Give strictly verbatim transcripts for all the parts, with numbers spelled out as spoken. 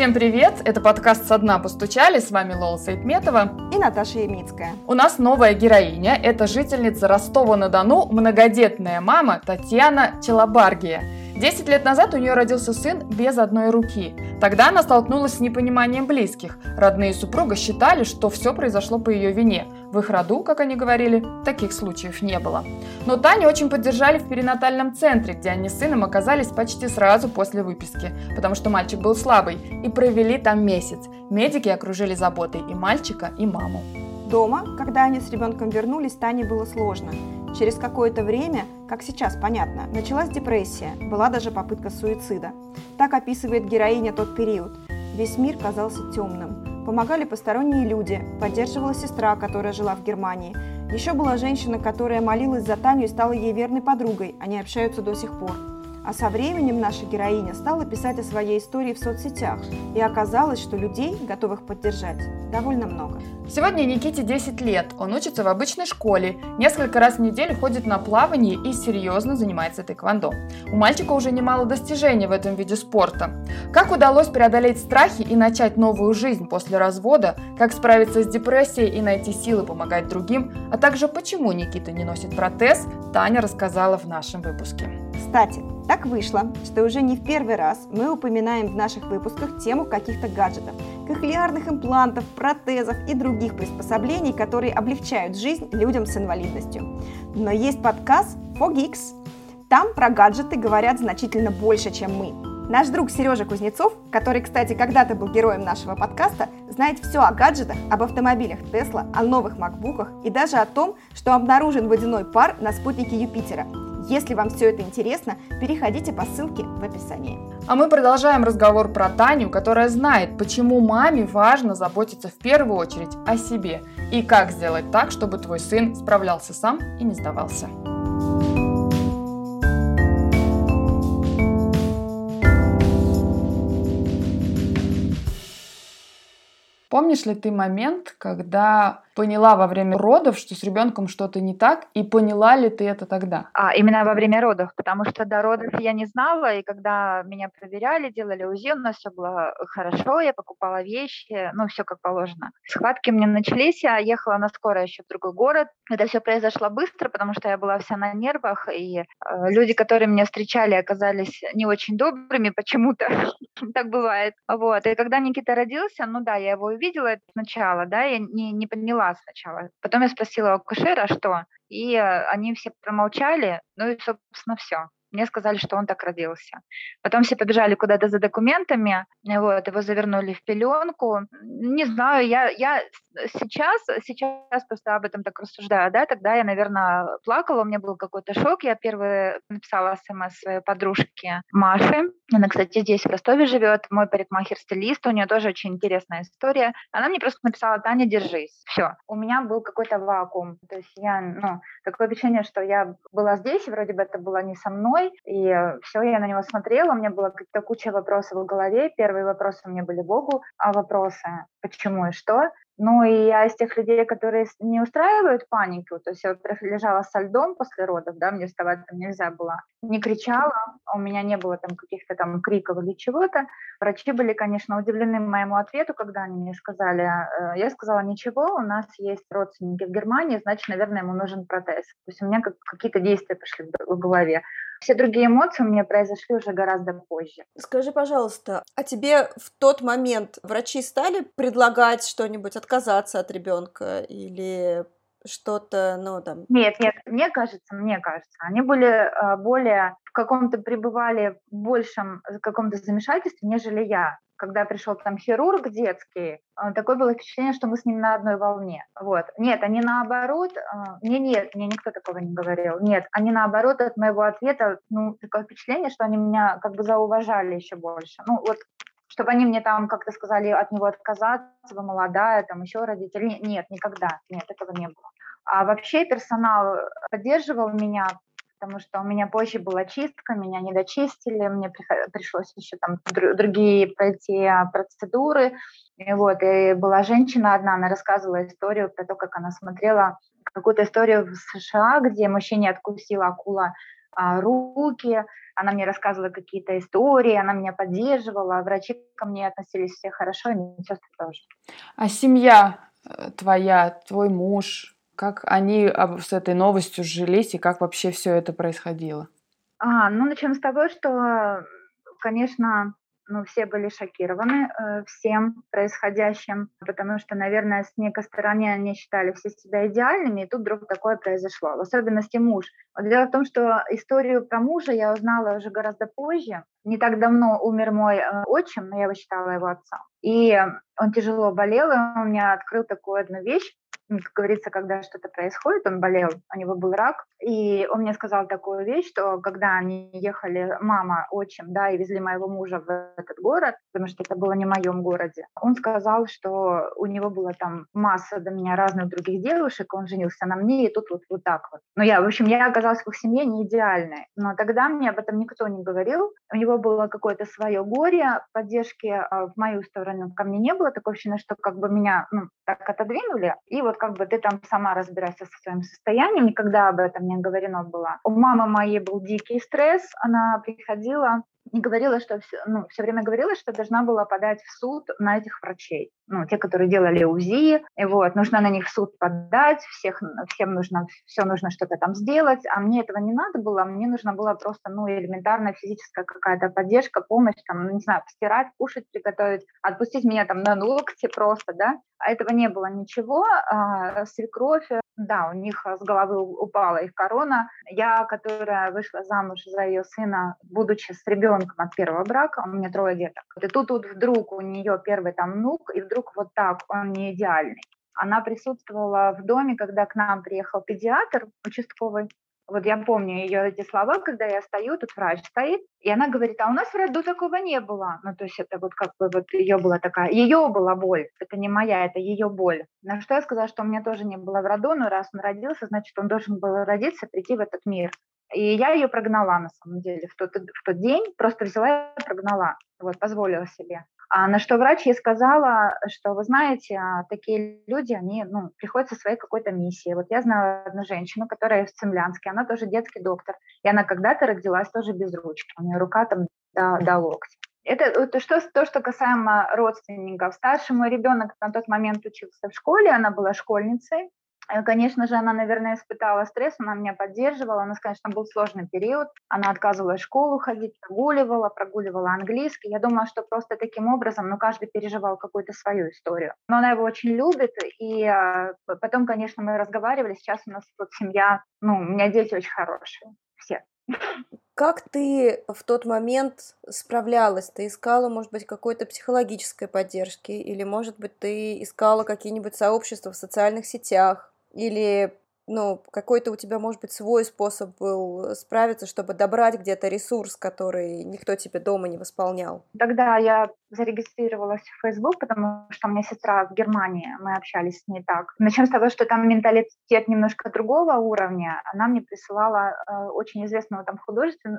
Всем привет! Это подкаст «Со дна постучали». С вами Лола Саидметова и Наташа Ямицкая. У нас новая героиня. Это жительница Ростова-на-Дону, многодетная мама Татьяна Челобаргия. Десять лет назад у нее родился сын без одной руки. Тогда она столкнулась с непониманием близких. Родные супруга считали, что все произошло по ее вине. В их роду, как они говорили, таких случаев не было. Но Таню очень поддержали в перинатальном центре, где они с сыном оказались почти сразу после выписки, потому что мальчик был слабый, и провели там месяц. Медики окружили заботой и мальчика, и маму. Дома, когда они с ребенком вернулись, Тане было сложно. Через какое-то время, как сейчас понятно, началась депрессия, была даже попытка суицида. Так описывает героиня тот период. Весь мир казался темным. Помогали посторонние люди, поддерживала сестра, которая жила в Германии. Еще была женщина, которая молилась за Таню и стала ей верной подругой, они общаются до сих пор. А со временем наша героиня стала писать о своей истории в соцсетях, и оказалось, что людей, готовых поддержать, довольно много. Сегодня Никите десять лет, он учится в обычной школе, несколько раз в неделю ходит на плавание и серьезно занимается тэквондо. У мальчика уже немало достижений в этом виде спорта. Как удалось преодолеть страхи и начать новую жизнь после развода, как справиться с депрессией и найти силы помогать другим, а также почему Никита не носит протез, Таня рассказала в нашем выпуске. Кстати, так вышло, что уже не в первый раз мы упоминаем в наших выпусках тему каких-то гаджетов, кохлеарных имплантов, протезов и других приспособлений, которые облегчают жизнь людям с инвалидностью. Но есть подкаст фор Geeks. Там про гаджеты говорят значительно больше, чем мы. Наш друг Сережа Кузнецов, который, кстати, когда-то был героем нашего подкаста, знает все о гаджетах, об автомобилях Tesla, о новых макбуках и даже о том, что обнаружен водяной пар на спутнике Юпитера. Если вам все это интересно, переходите по ссылке в описании. А мы продолжаем разговор про Таню, которая знает, почему маме важно заботиться в первую очередь о себе и как сделать так, чтобы твой сын справлялся сам и не сдавался. Помнишь ли ты момент, когда поняла во время родов, что с ребенком что-то не так, и поняла ли ты это тогда? А, именно во время родов, потому что до родов я не знала, и когда меня проверяли, делали УЗИ, у нас все было хорошо, я покупала вещи, ну, все как положено. Схватки у меня начались, я ехала на скорой еще в другой город. Это все произошло быстро, потому что я была вся на нервах, и э, люди, которые меня встречали, оказались не очень добрыми почему-то, так бывает. Вот. И когда Никита родился, ну да, я его увидела сначала, да, я не, не поняла сначала. Потом я спросила у акушера, что, и они все промолчали, ну и, собственно, все. Мне сказали, что он так родился. Потом все побежали куда-то за документами, вот, его завернули в пеленку. Не знаю, я, я сейчас, сейчас просто об этом так рассуждаю, да, тогда я, наверное, плакала, у меня был какой-то шок. Я первый написала смс своей подружке Маше. Она, кстати, здесь в Ростове живет, мой парикмахер-стилист, у нее тоже очень интересная история. Она мне просто написала: Таня, держись. Все. У меня был какой-то вакуум. То есть я, ну, такое ощущение, что я была здесь, и вроде бы это было не со мной, и все, я на него смотрела, у меня была какая-то куча вопросов в голове. Первые вопросы у меня были Богу, а вопросы почему и что. Ну, и я из тех людей, которые не устраивают панику. То есть я, во-первых, лежала со льдом после родов, да, мне вставать там нельзя было. Не кричала, у меня не было там каких-то там криков или чего-то. Врачи были, конечно, удивлены моему ответу, когда они мне сказали. Я сказала: ничего, у нас есть родственники в Германии, значит, наверное, ему нужен протез. То есть у меня как, какие-то действия пошли в голове. Все другие эмоции у меня произошли уже гораздо позже. Скажи, пожалуйста, а тебе в тот момент врачи стали предлагать что-нибудь, отказаться от ребенка или что-то, ну, там... Нет, нет, мне кажется, мне кажется, они были э, более в каком-то, пребывали в большем каком-то замешательстве, нежели я. Когда пришел там хирург детский, такое было впечатление, что мы с ним на одной волне. Вот. Нет, они наоборот, мне нет, мне никто такого не говорил. Нет, они наоборот от моего ответа, ну, такое впечатление, что они меня как бы зауважали еще больше. Ну, вот, чтобы они мне там как-то сказали от него отказаться, вы молодая, там еще родители. Нет, никогда, нет, этого не было. А вообще персонал поддерживал меня, потому что у меня позже была чистка, меня не дочистили, мне пришлось еще там другие пройти процедуры. И вот, и была женщина одна, она рассказывала историю про то, как она смотрела какую-то историю в США, где мужчине откусила акула а, руки, она мне рассказывала какие-то истории, она меня поддерживала, врачи ко мне относились все хорошо, и медсестры тоже. А семья э, твоя, твой муж, как они об- с этой новостью жились и как вообще все это происходило? А, ну, начнем с того, что, конечно, ну, все были шокированы э, всем происходящим, потому что, наверное, с некой стороны они считали все себя идеальными, и тут вдруг такое произошло. В особенности муж. Вот дело в том, что историю про мужа я узнала уже гораздо позже. Не так давно умер мой э, отчим, но я его считала его отцом. И он тяжело болел, и он мне открыл такую одну вещь. Ну, как говорится, когда что-то происходит, он болел, у него был рак, и он мне сказал такую вещь, что когда они ехали, мама, отчим, да, и везли моего мужа в этот город, потому что это было не в моем городе, он сказал, что у него было там масса до меня разных других девушек, он женился на мне, и тут вот, вот так вот. Ну, я, в общем, я оказалась в их семье не идеальной, но тогда мне об этом никто не говорил, у него было какое-то свое горе, поддержки а, в мою сторону ко мне не было, такое ощущение, что как бы меня, ну, так отодвинули, и вот как бы ты там сама разбирайся со своим состоянием, никогда об этом не говорено было. У мамы моей был дикий стресс, она приходила и говорила, что все, ну, все время говорила, что должна была подать в суд на этих врачей. Ну, те, которые делали УЗИ, и вот, нужно на них в суд подать, всех, всем нужно, все нужно что-то там сделать, а мне этого не надо было, мне нужна была просто, ну, элементарная физическая какая-то поддержка, помощь, там, ну, не знаю, постирать, кушать, приготовить, отпустить меня там на ногти просто, да, а этого не было ничего, а, свекровь, да, у них с головы упала их корона. Я, которая вышла замуж за ее сына, будучи с ребенком от первого брака, у меня трое деток. И тут, тут вдруг у нее первый там внук, и вдруг вот так, он не идеальный. Она присутствовала в доме, когда к нам приехал педиатр участковый. Вот я помню ее эти слова, когда я стою, тут врач стоит, и она говорит, а у нас в роду такого не было. Ну, то есть это вот как бы вот ее была такая, ее была боль, это не моя, это ее боль. На что я сказала, что у меня тоже не было в роду, но раз он родился, значит, он должен был родиться, прийти в этот мир. И я ее прогнала, на самом деле, в тот, в тот день, просто взяла и прогнала, вот, позволила себе. А на что врач ей сказала, что, вы знаете, такие люди, они, ну, приходят со своей какой-то миссией. Вот я знаю одну женщину, которая в Цимлянске, она тоже детский доктор, и она когда-то родилась тоже без ручки, у нее рука там до, до локтя. Это, это что, то, что касаемо родственников. Старший мой ребенок на тот момент учился в школе, она была школьницей. Конечно же, она, наверное, испытала стресс, она меня поддерживала, у нас, конечно, был сложный период, она отказывалась в школу ходить, прогуливала, прогуливала английский. Я думаю, что просто таким образом, ну, каждый переживал какую-то свою историю. Но она его очень любит, и э, потом, конечно, мы разговаривали, сейчас у нас вот семья, ну, у меня дети очень хорошие, все. Как ты в тот момент справлялась? Ты искала, может быть, какой-то психологической поддержки? Или, может быть, ты искала какие-нибудь сообщества в социальных сетях? Или, ну, какой-то у тебя, может быть, свой способ был справиться, чтобы добрать где-то ресурс, который никто тебе дома не восполнял? Тогда я зарегистрировалась в Facebook, потому что у меня сестра в Германии, мы общались с ней так. Начнем с того, что там менталитет немножко другого уровня. Она мне присылала э, очень известную там художественную,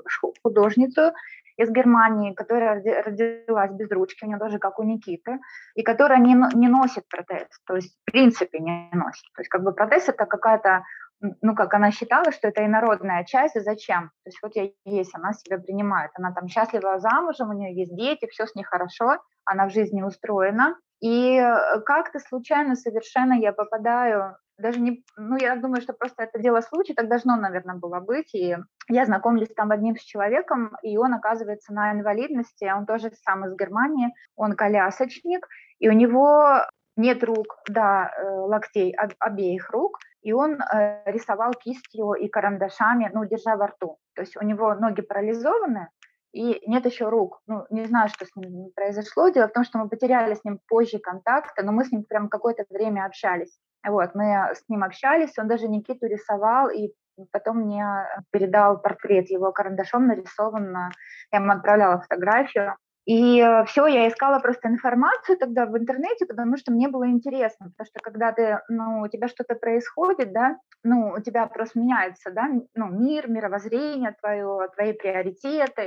художницу из Германии, которая родилась без ручки, у нее тоже как у Никиты, и которая не, не носит протез, то есть в принципе не носит. То есть как бы протез это какая-то, ну, как она считала, что это инородная часть, и зачем? То есть вот я есть, она себя принимает, она там счастлива замужем, у нее есть дети, все с ней хорошо, она в жизни устроена. И как-то случайно совершенно я попадаю, даже не, ну, я думаю, что просто это дело случая, так должно, наверное, было быть. И я знакомлюсь там одним с человеком, и он оказывается на инвалидности, он тоже сам из Германии, он колясочник, и у него нет рук до локтей обеих рук, и он э, рисовал кистью и карандашами, ну, держа во рту. То есть у него ноги парализованы, и нет еще рук. Ну, не знаю, что с ним произошло. Дело в том, что мы потеряли с ним позже контакты, но мы с ним прям какое-то время общались. Вот, мы с ним общались, он даже Никиту рисовал, и потом мне передал портрет его карандашом нарисованно. Я ему отправляла фотографию. И все, я искала просто информацию тогда в интернете, потому что мне было интересно, потому что когда ты, ну, у тебя что-то происходит, да, ну, у тебя просто меняется, да, ну, мир, мировоззрение твое, твои приоритеты,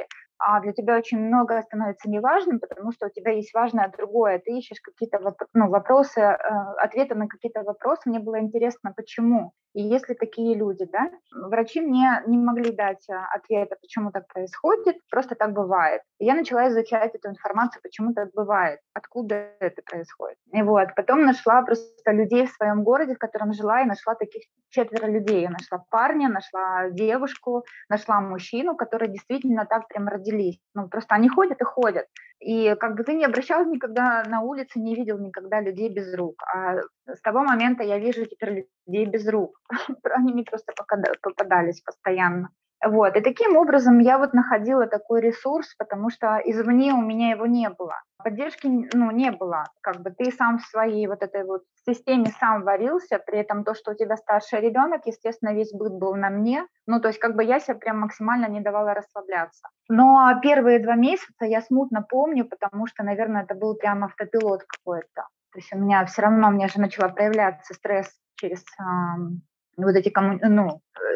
а для тебя очень многое становится неважным, потому что у тебя есть важное другое. Ты ищешь какие-то воп- ну, вопросы, э, ответы на какие-то вопросы. Мне было интересно, почему. И если такие люди, да, врачи мне не могли дать а, ответа, почему так происходит, просто так бывает. И я начала изучать эту информацию, почему так бывает, откуда это происходит. И вот, потом нашла просто людей в своем городе, в котором жила, и нашла таких четверо людей. Я нашла парня, нашла девушку, нашла мужчину, которые действительно так прям родились. Ну, просто они ходят и ходят. И как бы ты не обращал никогда на улице, не видел никогда людей без рук. А с того момента я вижу теперь людей без рук. Они мне просто попадались постоянно. Вот. И таким образом я вот находила такой ресурс, потому что извне у меня его не было. Поддержки, ну, не было. Как бы ты сам в своей вот этой вот системе сам варился, при этом то, что у тебя старший ребенок, естественно, весь быт был на мне. Ну, то есть как бы я себе прям максимально не давала расслабляться. Но первые два месяца я смутно помню, потому что, наверное, это был прям автопилот какой-то. То есть у меня все равно, у меня же начала проявляться стресс через эм, вот эти комму... ну,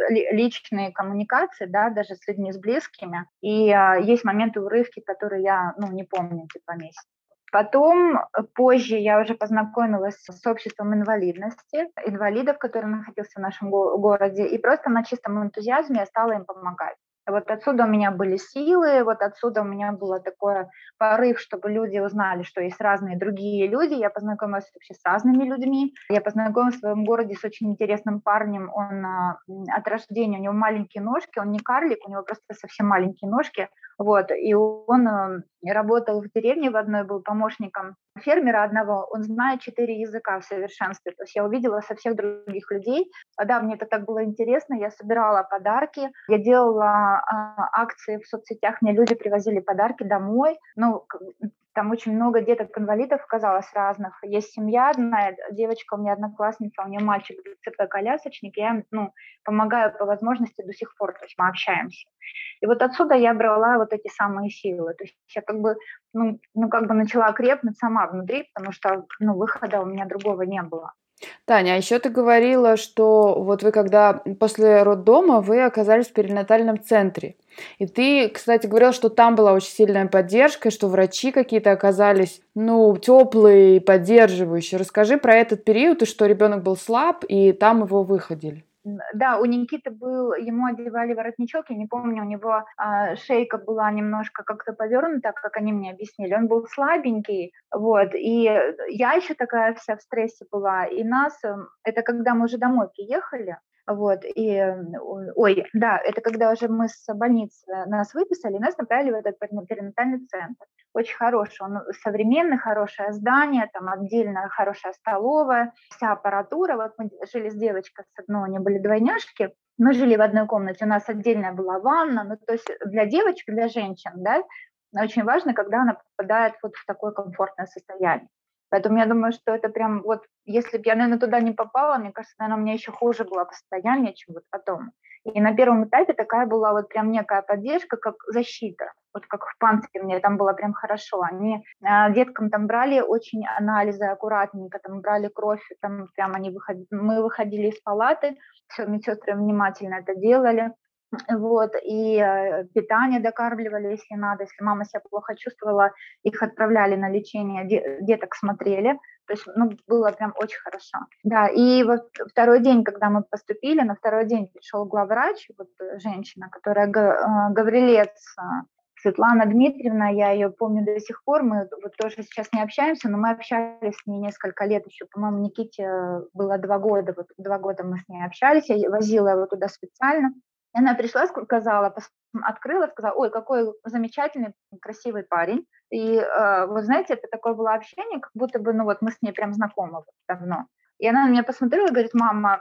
личные коммуникации, да, даже с людьми, с близкими. И э, есть моменты урывки, которые я, ну, не помню эти два месяца. Потом, позже я уже познакомилась с обществом инвалидности, инвалидов, которые находился в нашем го- городе, и просто на чистом энтузиазме я стала им помогать. Вот отсюда у меня были силы, вот отсюда у меня было такое порыв, чтобы люди узнали, что есть разные другие люди. Я познакомилась вообще с разными людьми. Я познакомилась в своем городе с очень интересным парнем. Он а, от рождения, у него маленькие ножки, он не карлик, у него просто совсем маленькие ножки. Вот, и он а, работал в деревне в одной, был помощником фермера одного, он знает четыре языка в совершенстве. То есть я увидела со всех других людей. А да, мне это так было интересно. Я собирала подарки, я делала а, акции в соцсетях, мне люди привозили подарки домой. Ну, там очень много деток-инвалидов оказалось разных. Есть семья одна, девочка у меня одноклассница, у нее мальчик ЦП-колясочник. Я ну, помогаю по возможности до сих пор, то есть мы общаемся. И вот отсюда я брала вот эти самые силы. То есть я как бы, ну, ну как бы начала крепнуть сама внутри, потому что ну, выхода у меня другого не было. Таня, а еще ты говорила, что вот вы когда после роддома вы оказались в перинатальном центре. И ты, кстати, говорила, что там была очень сильная поддержка, что врачи какие-то оказались, ну, теплые и поддерживающие. Расскажи про этот период, и что ребенок был слаб, и там его выходили. Да, у Никиты был, ему одевали воротничок, я не помню, у него а, шейка была немножко как-то повернута, как они мне объяснили, он был слабенький, вот, и я еще такая вся в стрессе была, и нас, это когда мы уже домой приехали, вот, и, ой, да, это когда уже мы с больницы нас выписали, нас направили в этот перинатальный центр. Очень хороший, он современный, хорошее здание, там отдельно хорошая столовая, вся аппаратура. Вот мы жили с девочкой с одной, у нее были двойняшки, мы жили в одной комнате, у нас отдельная была ванна, ну, то есть для девочек, для женщин, да, очень важно, когда она попадает вот в такое комфортное состояние. Поэтому я думаю, что это прям вот, если бы я, наверное, туда не попала, мне кажется, наверное, у меня еще хуже было состояние, чем вот потом. И на первом этапе такая была вот прям некая поддержка, как защита. Вот как в Панцере мне там было прям хорошо. Они э, деткам там брали очень анализы аккуратненько, там брали кровь, там прям они выходили, мы выходили из палаты, все, медсестры внимательно это делали. Вот, и э, питание докармливали, если надо. Если мама себя плохо чувствовала, их отправляли на лечение, де- деток смотрели. То есть, ну, было прям очень хорошо. Да, и вот второй день, когда мы поступили, на второй день пришел главврач, вот женщина, которая г- Гаврилец Светлана Дмитриевна, я ее помню до сих пор, мы вот тоже сейчас не общаемся, но мы общались с ней несколько лет еще, по-моему, Никите было два года, вот два года мы с ней общались, я возила его туда специально. И она пришла, сказала, открыла, сказала, ой, какой замечательный, красивый парень. И э, вот знаете, это такое было общение, как будто бы, ну вот мы с ней прям знакомы давно. И она на меня посмотрела и говорит, мама,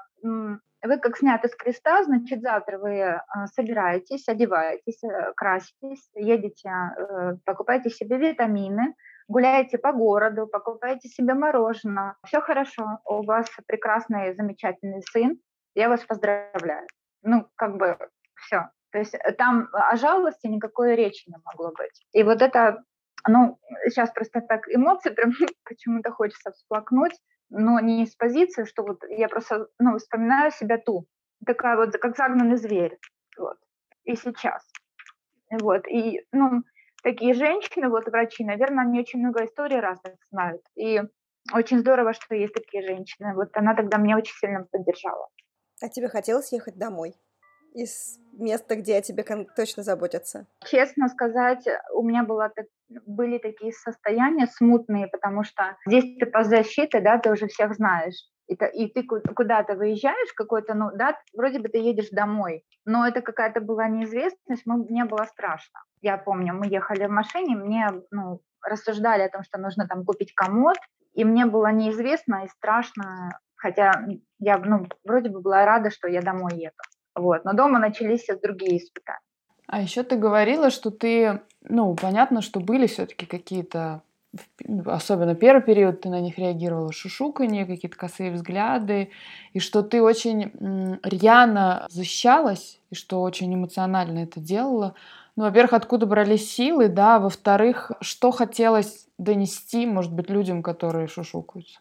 вы как сняты с креста, значит, завтра вы э, собираетесь, одеваетесь, э, краситесь, едете, э, покупаете себе витамины, гуляете по городу, покупаете себе мороженое. Все хорошо, у вас прекрасный, замечательный сын, я вас поздравляю. Ну, как бы все. То есть там о жалости никакой речи не могло быть. И вот это, ну, сейчас просто так эмоции прям почему-то хочется всплакнуть, но не из позиции, что вот я просто, ну, вспоминаю себя ту, такая вот, как загнанный зверь, вот, и сейчас. Вот, и, ну, такие женщины, вот врачи, наверное, они очень много историй разных знают. И очень здорово, что есть такие женщины. Вот она тогда меня очень сильно поддержала. А тебе хотелось ехать домой? Из места, где о тебе кон- точно заботятся? Честно сказать, у меня была так- были такие состояния смутные, потому что здесь ты по защите, да, ты уже всех знаешь. И, та- и ты ку- куда-то выезжаешь, какой-то, ну, да, вроде бы ты едешь домой, но это какая-то была неизвестность, мы- мне было страшно. Я помню, мы ехали в машине, мне, ну, рассуждали о том, что нужно там купить комод, и мне было неизвестно и страшно, хотя я, ну, вроде бы была рада, что я домой еду. Вот. Но дома начались другие испытания. А еще ты говорила, что ты, ну, понятно, что были все-таки какие-то, в п- ну, особенно первый период, ты на них реагировала, шушуканье, какие-то косые взгляды, и что ты очень м, рьяно защищалась, и что очень эмоционально это делала. Ну, во-первых, откуда брались силы, да, во-вторых, что хотелось донести, может быть, людям, которые шушукаются?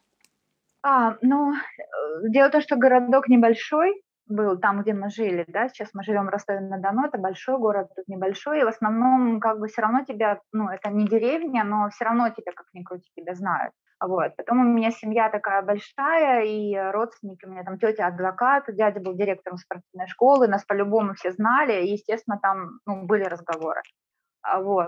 А, ну, э, дело в том, что городок небольшой был, там, где мы жили, да, сейчас мы живем в Ростове-на-Дону, это большой город, тут небольшой, и в основном, как бы, все равно тебя, ну, это не деревня, но все равно тебя, как ни крути, тебя знают. Вот. Потом у меня семья такая большая, и родственники, у меня там тетя адвокат, дядя был директором спортивной школы, нас по-любому все знали, и, естественно, там, ну, были разговоры. А, вот.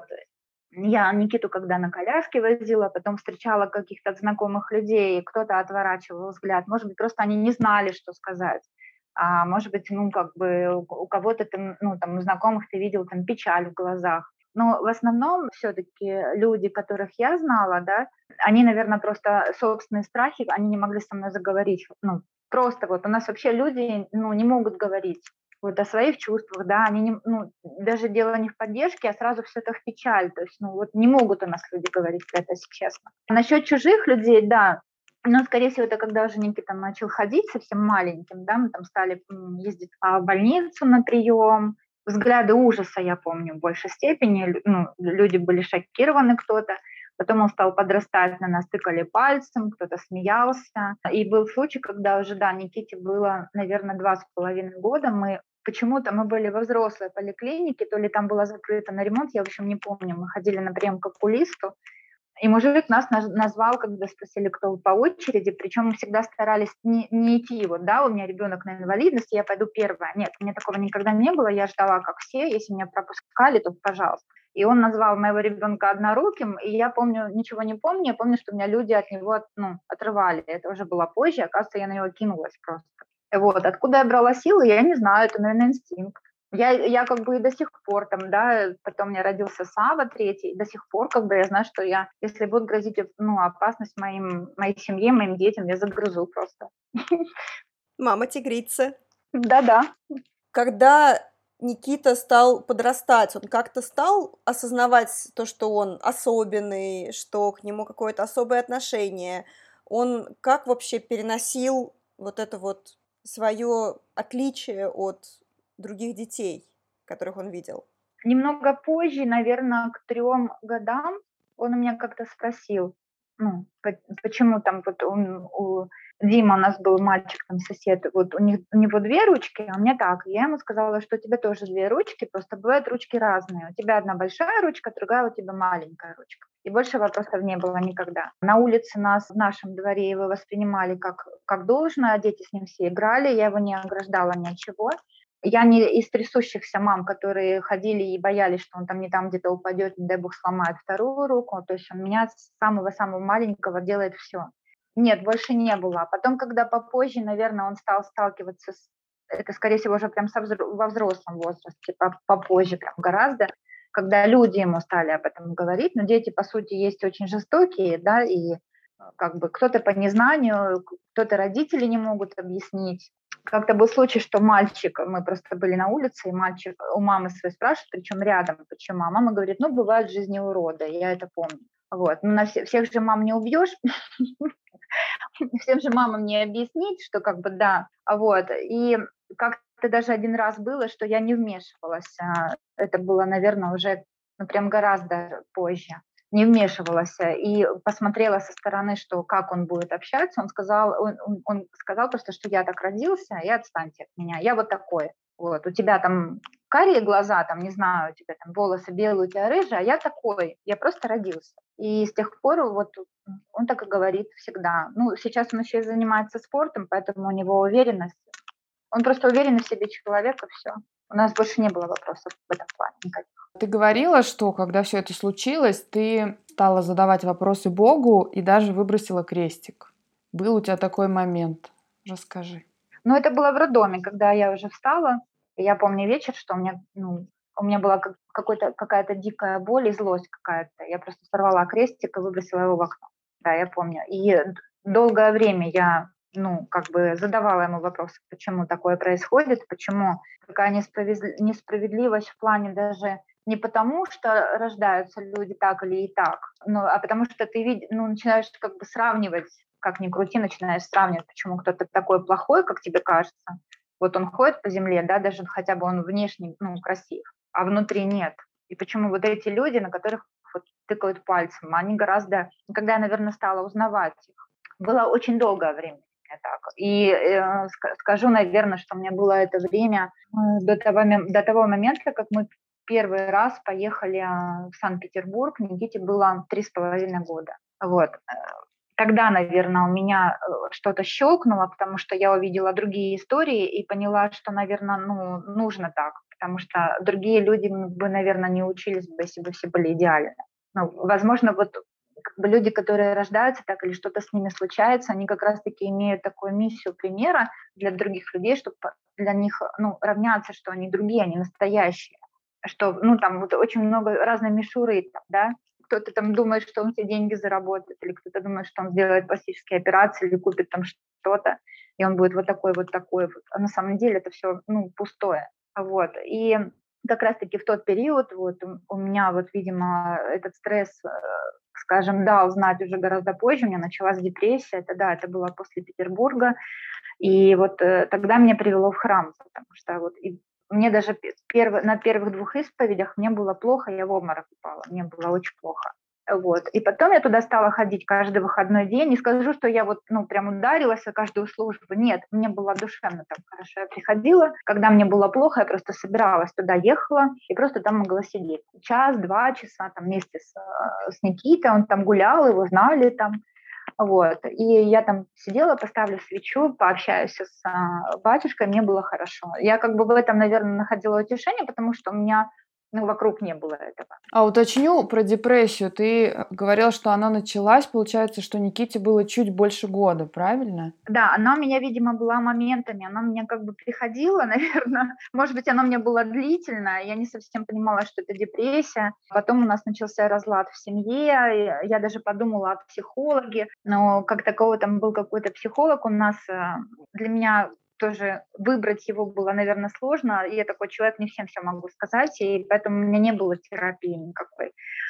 Я Никиту когда на коляске возила, потом встречала каких-то знакомых людей, кто-то отворачивал взгляд. Может быть, просто они не знали, что сказать. А может быть, ну, как бы у у кого-то там, ну, там, у знакомых ты видел там печаль в глазах. Но в основном все-таки люди, которых я знала, да, они, наверное, просто собственные страхи, они не могли со мной заговорить. Ну, просто вот у нас вообще люди, ну, не могут говорить вот о своих чувствах, да, они не, ну, даже дело не в поддержке, а сразу все это в печаль, то есть, ну, вот не могут у нас люди говорить про это, если честно. Насчет чужих людей, да, но, скорее всего, это когда уже Никита начал ходить совсем маленьким, да, мы там стали м, ездить в больницу на прием, взгляды ужаса, я помню, в большей степени, лю- ну, люди были шокированы кто-то, потом он стал подрастать, на нас тыкали пальцем, кто-то смеялся. И был случай, когда уже, да, Никите было, наверное, два с половиной года, мы почему-то мы были во взрослой поликлинике, то ли там было закрыто на ремонт, я, в общем, не помню. Мы ходили на прием к окулисту, и мужик нас наз- назвал, когда спросили, кто по очереди, причем мы всегда старались не, не идти, вот, да, у меня ребенок на инвалидности, я пойду первая. Нет, у меня такого никогда не было, я ждала, как все, если меня пропускали, то пожалуйста. И он назвал моего ребенка одноруким, и я помню, ничего не помню, я помню, что меня люди от него, ну, отрывали. Это уже было позже, оказывается, я на него кинулась просто. Вот, откуда я брала силы, я не знаю, это, наверное, инстинкт. Я, я как бы и до сих пор там, да, потом у меня родился Сава третий, и до сих пор как бы я знаю, что я, если будет грозить, ну, опасность моим, моей семье, моим детям, я загрызу просто. Мама тигрица. Да-да. Когда Никита стал подрастать, он как-то стал осознавать то, что он особенный, что к нему какое-то особое отношение. Он как вообще переносил вот это вот свое отличие от других детей, которых он видел? Немного позже, наверное, к трем годам он у меня как-то спросил, ну, по- почему там вот он, у Дима у нас был мальчик, там сосед, вот у, них, у него две ручки, а у меня так. Я ему сказала, что у тебя тоже две ручки, просто бывают ручки разные. У тебя одна большая ручка, другая у тебя маленькая ручка. И больше вопросов не было никогда. На улице нас, в нашем дворе его воспринимали как, как должное, дети с ним все играли, я его не ограждала ни от чего. Я не из трясущихся мам, которые ходили и боялись, что он там не там где-то упадет, не дай бог сломает вторую руку. То есть он меня с самого-самого маленького делает все. Нет, больше не было. А потом, когда попозже, наверное, он стал сталкиваться с... Это, скорее всего, уже прям со взро... во взрослом возрасте, попозже прям гораздо, когда люди ему стали об этом говорить. Но дети, по сути, есть очень жестокие, да, и как бы кто-то по незнанию, кто-то родители не могут объяснить. Как-то был случай, что мальчик, мы просто были на улице, и мальчик у мамы своей спрашивает, причем рядом, почему. А мама говорит, ну, бывают в жизни уроды, я это помню. Вот. Ну, на все, всех же мам не убьешь, всем же мамам не объяснить, что как бы да. Вот. И как-то даже один раз было, что я не вмешивалась. Это было, наверное, уже ну, прям гораздо позже. Не вмешивалась и посмотрела со стороны, что как он будет общаться. Он сказал, он, он, он сказал просто, что я так родился, и отстаньте от меня. Я вот такой. Вот. У тебя там карие глаза, там, не знаю, у тебя там волосы белые, у тебя рыжие, а я такой, я просто родился. И с тех пор вот он так и говорит всегда. Ну, сейчас он еще и занимается спортом, поэтому у него уверенность. Он просто уверенный в себе человек, и все. У нас больше не было вопросов в этом плане никаких. Ты говорила, что когда все это случилось, ты стала задавать вопросы Богу и даже выбросила крестик. Был у тебя такой момент? Расскажи. Ну, это было в роддоме, когда я уже встала. И я помню вечер, что у меня, ну, у меня была как, какой-то, какая-то дикая боль и злость какая-то. Я просто сорвала крестик и выбросила его в окно. Да, я помню. И долгое время я, ну, как бы задавала ему вопросы, почему такое происходит, почему такая несправед- несправедливость в плане даже не потому, что рождаются люди так или и так, но, а потому что ты видишь, ну, начинаешь как бы сравнивать, как ни крути, начинаешь сравнивать, почему кто-то такой плохой, как тебе кажется. Вот он ходит по земле, да, даже хотя бы он внешне, ну, красив, а внутри нет. И почему вот эти люди, на которых вот тыкают пальцем, они гораздо... Когда я, наверное, стала узнавать их, было очень долгое время так. И э, скажу, наверное, что у меня было это время э, до, того, до того момента, как мы первый раз поехали в Санкт-Петербург, Никите было три с половиной года. Вот. Тогда, наверное, у меня что-то щелкнуло, потому что я увидела другие истории и поняла, что, наверное, ну, нужно так, потому что другие люди бы, наверное, не учились бы, если бы все были идеальны. Ну, возможно, вот как бы люди, которые рождаются так или что-то с ними случается, они как раз-таки имеют такую миссию примера для других людей, чтобы для них, ну, равняться, что они другие, они настоящие. Что, ну, там вот очень много разной мишуры, там, да, кто-то там думает, что он все деньги заработает, или кто-то думает, что он сделает пластические операции, или купит там что-то, и он будет вот такой, вот такой. Вот. А на самом деле это все, ну, пустое. Вот. И как раз-таки в тот период вот у меня вот, видимо, этот стресс, скажем, дал знать уже гораздо позже, у меня началась депрессия, это да, это было после Петербурга, и вот тогда меня привело в храм, потому что вот и мне даже перв... на первых двух исповедях мне было плохо, я в обморок упала, мне было очень плохо. Вот. И потом я туда стала ходить каждый выходной день. Не скажу, что я вот, ну, прям ударилась о каждую службу. Нет, мне было душевно там хорошо. Я приходила, когда мне было плохо, я просто собиралась туда, ехала и просто там могла сидеть. Час, два часа там вместе с, с Никитой, он там гулял, его знали там. Вот. И я там сидела, поставлю свечу, пообщаюсь с а, батюшкой, мне было хорошо. Я как бы в этом, наверное, находила утешение, потому что у меня, ну, вокруг не было этого. А уточню про депрессию. Ты говорила, что она началась, получается, что Никите было чуть больше года, правильно? Да, она у меня, видимо, была моментами, она у меня как бы приходила, наверное, может быть, она у меня была длительная, я не совсем понимала, что это депрессия. Потом у нас начался разлад в семье, я даже подумала о психологе, но как такового там был какой-то психолог у нас, для меня тоже выбрать его было, наверное, сложно. Я такой человек, не всем все могу сказать, и поэтому у меня не было терапии никакой.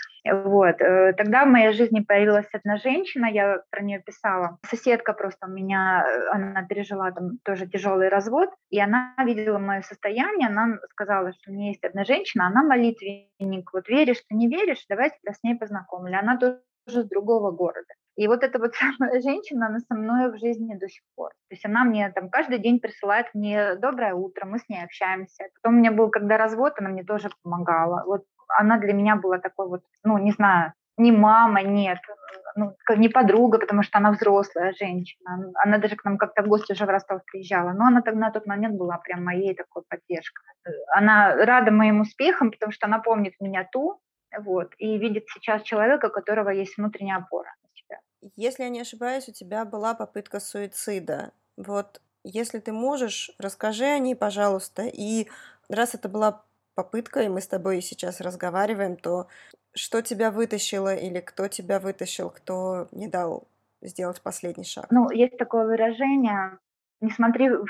Вот. Тогда в моей жизни появилась одна женщина, я про нее писала. Соседка просто у меня, она пережила там тоже тяжелый развод, и она видела мое состояние, она сказала, что у меня есть одна женщина, она молитвенник, вот веришь, ты не веришь, давай тебя с ней познакомлю. Она тоже с другого города. И вот эта вот самая женщина, она со мной в жизни до сих пор. То есть она мне там каждый день присылает мне доброе утро, мы с ней общаемся. Потом у меня был, когда развод, она мне тоже помогала. Вот она для меня была такой вот, ну, не знаю, не мама, нет, ну, не подруга, потому что она взрослая женщина. Она даже к нам как-то в гости уже в Ростов приезжала. Но она тогда на тот момент была прям моей такой поддержкой. Она рада моим успехам, потому что она помнит меня ту, вот, и видит сейчас человека, у которого есть внутренняя опора на тебя. Если я не ошибаюсь, у тебя была попытка суицида. Вот, если ты можешь, расскажи о ней, пожалуйста. И раз это была попытка, и мы с тобой сейчас разговариваем, то что тебя вытащило или кто тебя вытащил, кто не дал сделать последний шаг? Ну, есть такое выражение: не смотри в,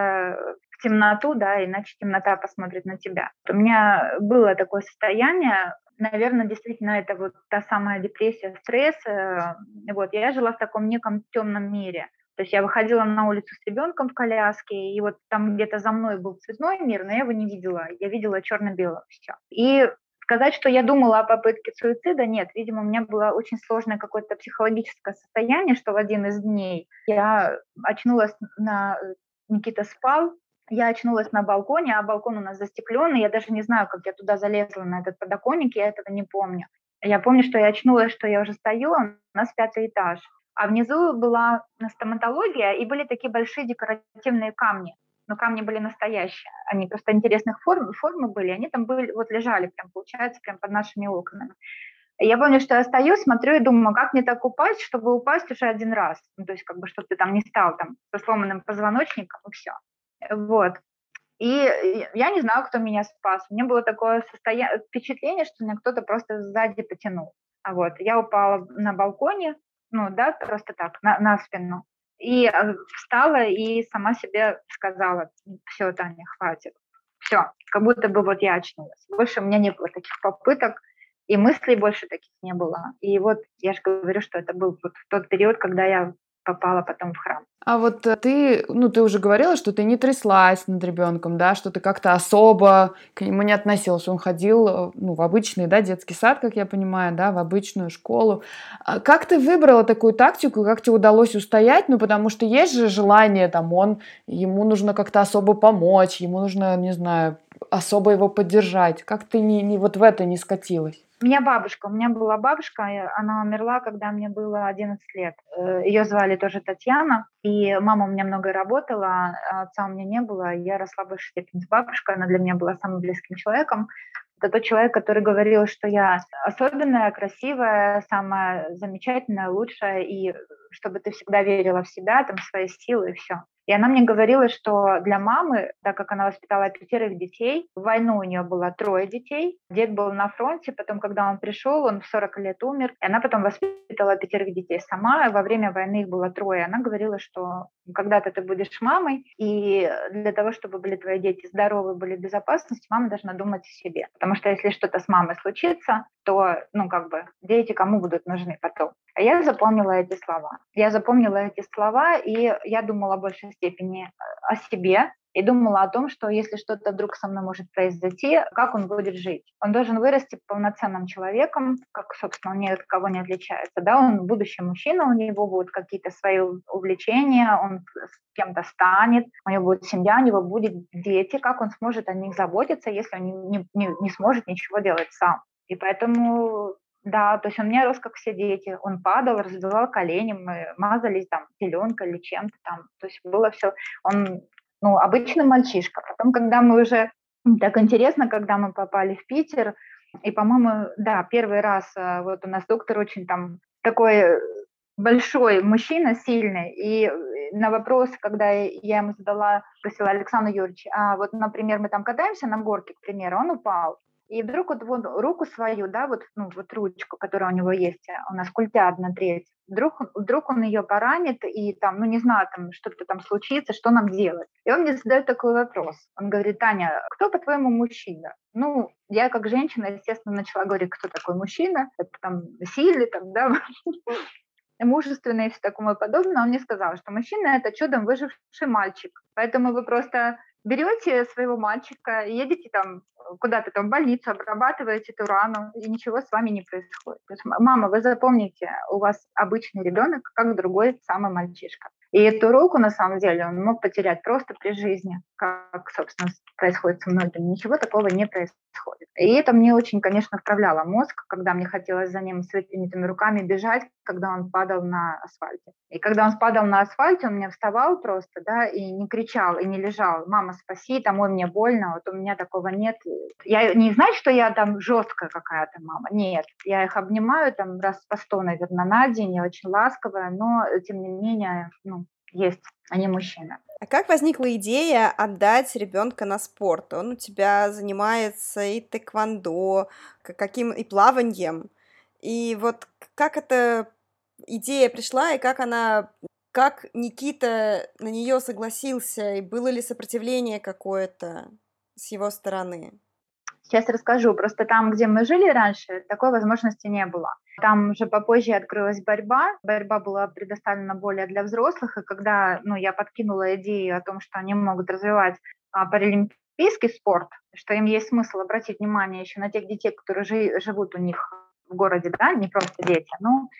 в темноту, да, иначе темнота посмотрит на тебя. У меня было такое состояние, наверное, действительно, это вот та самая депрессия, стресс. Вот, я жила в таком неком темном мире. То есть я выходила на улицу с ребенком в коляске, и вот там где-то за мной был цветной мир, но я его не видела. Я видела черно-белое все. И сказать, что я думала о попытке суицида, нет. Видимо, у меня было очень сложное какое-то психологическое состояние, что в один из дней я очнулась на... Никита спал, Я очнулась на балконе, а балкон у нас застекленный. Я даже не знаю, как я туда залезла на этот подоконник, я этого не помню. Я помню, что я очнулась, что я уже стою, у нас пятый этаж. А внизу была стоматология, и были такие большие декоративные камни. Но камни были настоящие. Они просто интересных форм, формы были. Они там были, вот лежали, прям, получается, прям под нашими окнами. И я помню, что я стою, смотрю и думаю, как мне так упасть, чтобы упасть уже один раз. Ну, то есть, как бы, чтобы ты там не стал там со сломанным позвоночником, и все. Вот. И я не знаю, кто меня спас. У меня было такое состояние, впечатление, что меня кто-то просто сзади потянул. А вот я упала на балконе, ну да, просто так, на, на спину. И встала и сама себе сказала: все, Таня, хватит. Все, как будто бы вот я очнулась. Больше у меня не было таких попыток, и мыслей больше таких не было. И вот я же говорю, что это был вот тот период, когда я попала потом в храм. А вот э, ты, ну, ты уже говорила, что ты не тряслась над ребенком, да, что ты как-то особо к нему не относилась. Он ходил, э, ну, в обычный, да, детский сад, как я понимаю, да, в обычную школу. А как ты выбрала такую тактику, и как тебе удалось устоять? Ну, потому что есть же желание, там, он, ему нужно как-то особо помочь, ему нужно, не знаю, особо его поддержать. Как ты не, не вот в это не скатилась? У меня бабушка, у меня была бабушка, она умерла, когда мне было одиннадцать лет. Ее звали тоже Татьяна, и мама у меня много работала, а отца у меня не было, я росла в большей степени с бабушкой, она для меня была самым близким человеком. Это тот человек, который говорил, что я особенная, красивая, самая замечательная, лучшая, и чтобы ты всегда верила в себя, там, в свои силы и все. И она мне говорила, что для мамы, так как она воспитала пятерых детей, в войну у нее было трое детей, дед был на фронте, потом, когда он пришел, он в сорок лет умер, и она потом воспитала пятерых детей сама, во время войны их было трое. Она говорила, что когда-то ты будешь мамой, и для того, чтобы были твои дети здоровы, были в безопасности, мама должна думать о себе. Потому что если что-то с мамой случится, то, ну, как бы, дети кому будут нужны потом? А я запомнила эти слова. Я запомнила эти слова, и я думала в большей степени о себе, и думала о том, что если что-то вдруг со мной может произойти, как он будет жить. Он должен вырасти полноценным человеком, как, собственно, он ни от кого не отличается. Да? Он будущий мужчина, у него будут какие-то свои увлечения, он с кем-то станет, у него будет семья, у него будут дети, как он сможет о них заботиться, если он не, не, не сможет ничего делать сам. И поэтому... Да, то есть он у меня рос, как все дети. Он падал, разбивал колени, мы мазались там зеленкой или чем-то там. То есть было все... Он, ну, обычный мальчишка. Потом, когда мы уже... Так интересно, когда мы попали в Питер, и, по-моему, да, первый раз вот у нас доктор очень там такой большой мужчина, сильный, и на вопрос, когда я ему задала, спросила: Александр Юрьевич, а вот, например, мы там катаемся на горке, к примеру, он упал. И вдруг вот, вот руку свою, да, вот, ну, вот ручку, которая у него есть, у нас культя на треть, вдруг, вдруг он ее поранит, и там, ну, не знаю, там что-то там случится, что нам делать? И он мне задает такой вопрос. Он говорит: Таня, кто, по-твоему, мужчина? Ну, я как женщина, естественно, начала говорить, кто такой мужчина, это там сильный, там, да, мужественный и все такое подобное. Он мне сказал, что мужчина – это чудом выживший мальчик. Поэтому вы просто берете своего мальчика, едете там куда-то там в больницу, обрабатываете эту рану, и ничего с вами не происходит. То есть, мама, вы запомните, у вас обычный ребенок, как другой самый мальчишка. И эту руку, на самом деле, он мог потерять просто при жизни, как, собственно, происходит со многими. Ничего такого не происходит. И это мне очень, конечно, вправляло мозг, когда мне хотелось за ним с вытянутыми руками бежать, когда он падал на асфальте. И когда он падал на асфальте, он мне вставал просто, да, и не кричал, и не лежал: мама, спаси, там, ой, мне больно, вот у меня такого нет. Я не знаю, что я там жесткая какая-то мама, нет. Я их обнимаю там раз по сто, наверное, на день, я очень ласковая, но, тем не менее, ну, есть, они мужчины. А как возникла идея отдать ребенка на спорт? Он у тебя занимается и тэквондо, каким и плаванием. И вот как эта идея пришла, и как она, как Никита на нее согласился, и было ли сопротивление какое-то с его стороны? Сейчас расскажу. Просто там, где мы жили раньше, такой возможности не было. Там уже попозже открылась борьба. Борьба была предоставлена более для взрослых. И когда, ну, я подкинула идею о том, что они могут развивать а, паралимпийский спорт, что им есть смысл обратить внимание еще на тех детей, которые жи- живут у них в городе, да, не просто дети. Ну,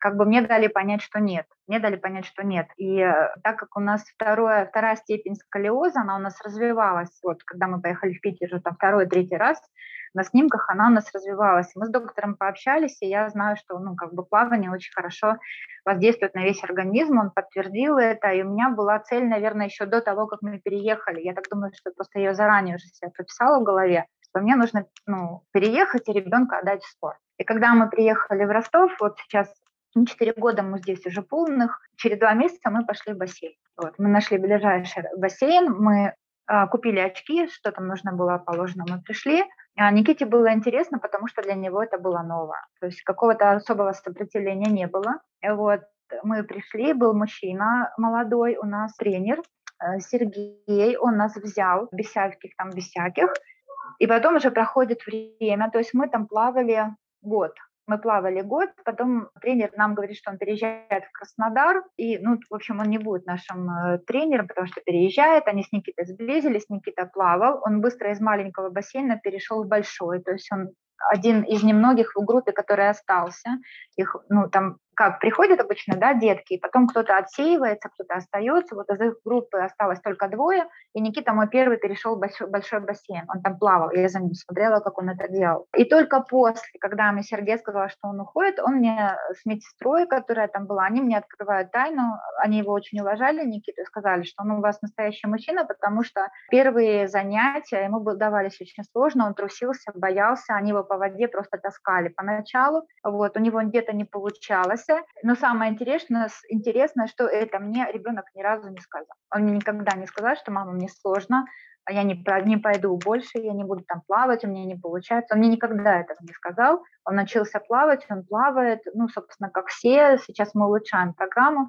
как бы мне дали понять, что нет. Мне дали понять, что нет. И э, так как у нас второе, вторая степень сколиоза, она у нас развивалась, вот когда мы поехали в Питер уже там второй, третий раз, на снимках она у нас развивалась. Мы с доктором пообщались, и я знаю, что ну, как бы плавание очень хорошо воздействует на весь организм, он подтвердил это, и у меня была цель, наверное, еще до того, как мы переехали. Я так думаю, что просто я ее заранее уже себе прописала в голове, что мне нужно ну, переехать и ребенка отдать в спорт. И когда мы приехали в Ростов, вот сейчас четыре года мы здесь уже полных, через два месяца мы пошли в бассейн. Вот, мы нашли ближайший бассейн, мы а, купили очки, что там нужно было положено, мы пришли. А Никите было интересно, потому что для него это было ново. То есть какого-то особого сопротивления не было. И вот мы пришли, был мужчина молодой, у нас тренер э, Сергей, он нас взял без всяких там, без всяких. И потом уже проходит время, то есть мы там плавали год. Мы плавали год, потом тренер нам говорит, что он переезжает в Краснодар, и, ну, в общем, он не будет нашим э, тренером, потому что переезжает, они с Никитой сблизились, Никита плавал, он быстро из маленького бассейна перешел в большой, то есть он один из немногих в группе, который остался. Их, ну, там, как приходят обычно, да, детки, и потом кто-то отсеивается, кто-то остается. Вот из их группы осталось только двое, и Никита мой первый перешел в большой, большой бассейн. Он там плавал, я за ним смотрела, как он это делал. И только после, когда мне Сергей сказал, что он уходит, он мне с медсестрой, которая там была, они мне открывают тайну, они его очень уважали, Никиту, и сказали, что он у вас настоящий мужчина, потому что первые занятия ему давались очень сложно, он трусился, боялся, они его по воде просто таскали поначалу, вот, у него где-то не получалось. Но самое интересное, интересное, что это мне ребенок ни разу не сказал. Он мне никогда не сказал, что мама, мне сложно, я не, не пойду больше, я не буду там плавать, у меня не получается. Он мне никогда этого не сказал. Он научился плавать, он плавает, ну, собственно, как все. Сейчас мы улучшаем программу.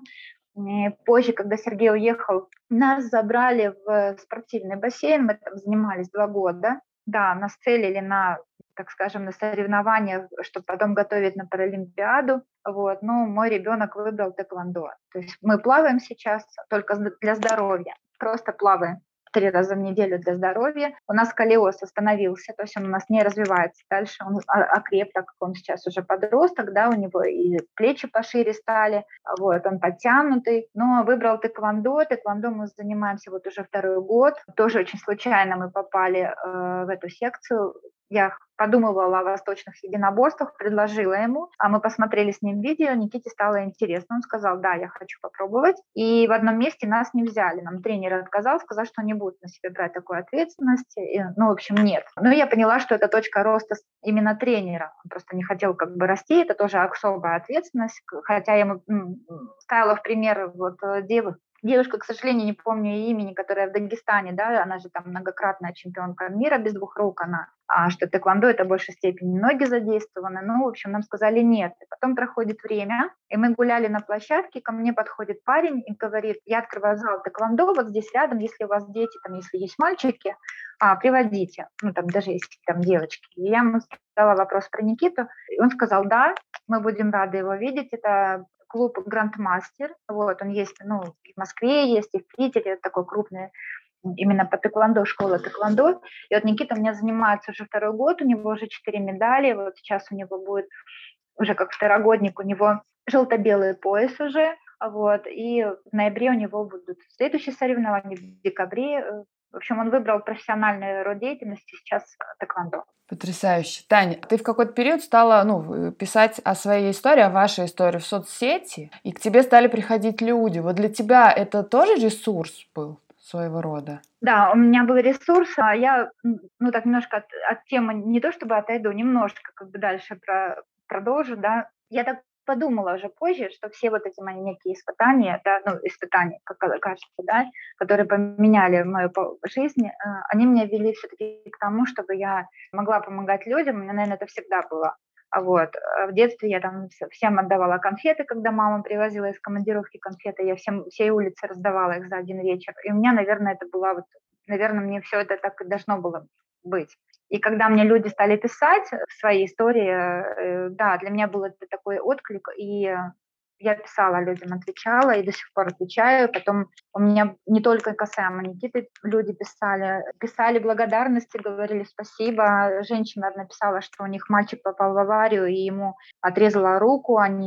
И позже, когда Сергей уехал, нас забрали в спортивный бассейн, мы там занимались два года. Да, нас целили на, так скажем, на соревнованиях, чтобы потом готовить на Паралимпиаду. Вот. Но мой ребенок выбрал тэквондо. То есть мы плаваем сейчас только для здоровья, просто плаваем три раза в неделю для здоровья. У нас сколиоз остановился, то есть он у нас не развивается дальше, он окреп, так как он сейчас уже подросток, да, у него и плечи пошире стали, вот, он подтянутый, но выбрал тэквондо, тэквондо мы занимаемся вот уже второй год, тоже очень случайно мы попали э, в эту секцию. Я подумывала о восточных единоборствах, предложила ему, а мы посмотрели с ним видео, Никите стало интересно, он сказал, да, я хочу попробовать, и в одном месте нас не взяли, нам тренер отказал, сказал, что не будет на себя брать такую ответственность, и, ну, в общем, нет. Но я поняла, что это точка роста именно тренера, он просто не хотел как бы расти, это тоже особая ответственность, хотя я ему м, ставила в пример вот девушек, Девушка, к сожалению, не помню ее имени, которая в Дагестане, да, она же там многократная чемпионка мира без двух рук, она, а что тэквондо это в большей степени ноги задействованы, ну, в общем, нам сказали нет. И потом проходит время, и мы гуляли на площадке, ко мне подходит парень и говорит, я открываю зал тэквондо, вот здесь рядом, если у вас дети, там, если есть мальчики, а, приводите, ну, там, даже если там девочки. И я ему задала вопрос про Никиту, и он сказал, да, мы будем рады его видеть, это клуб Грандмастер, вот, он есть, ну, и в Москве есть, и в Питере, это такой крупный, именно по тэквондо, школа тэквондо, и вот Никита у меня занимается уже второй год, у него уже четыре медали, вот сейчас у него будет, уже как второгодник, у него желто-белый пояс уже, вот, и в ноябре у него будут следующие соревнования, в декабре, в общем, он выбрал профессиональный род деятельности, сейчас тэквондо. Потрясающе. Таня, ты в какой-то период стала ну, писать о своей истории, о вашей истории в соцсети, и к тебе стали приходить люди. Вот для тебя это тоже ресурс был своего рода? Да, у меня был ресурс, а я, ну, так немножко от, от темы, не то чтобы отойду, немножко как бы дальше про, продолжу, да. Я так подумала уже позже, что все вот эти мои некие испытания, да, ну, испытания, как кажется, да, которые поменяли мою жизнь, они меня вели все-таки к тому, чтобы я могла помогать людям, у меня, наверное, это всегда было. Вот. В детстве я там всем отдавала конфеты, когда мама привозила из командировки конфеты, я всем, всей улице раздавала их за один вечер. И у меня, наверное, это была вот, наверное, мне все это так и должно было быть. И когда мне люди стали писать свои истории, да, для меня был это такой отклик, и я писала людям, отвечала, и до сих пор отвечаю. Потом у меня не только касаемо Никиты люди писали, писали благодарности, говорили спасибо. Женщина написала, что у них мальчик попал в аварию, и ему отрезала руку, они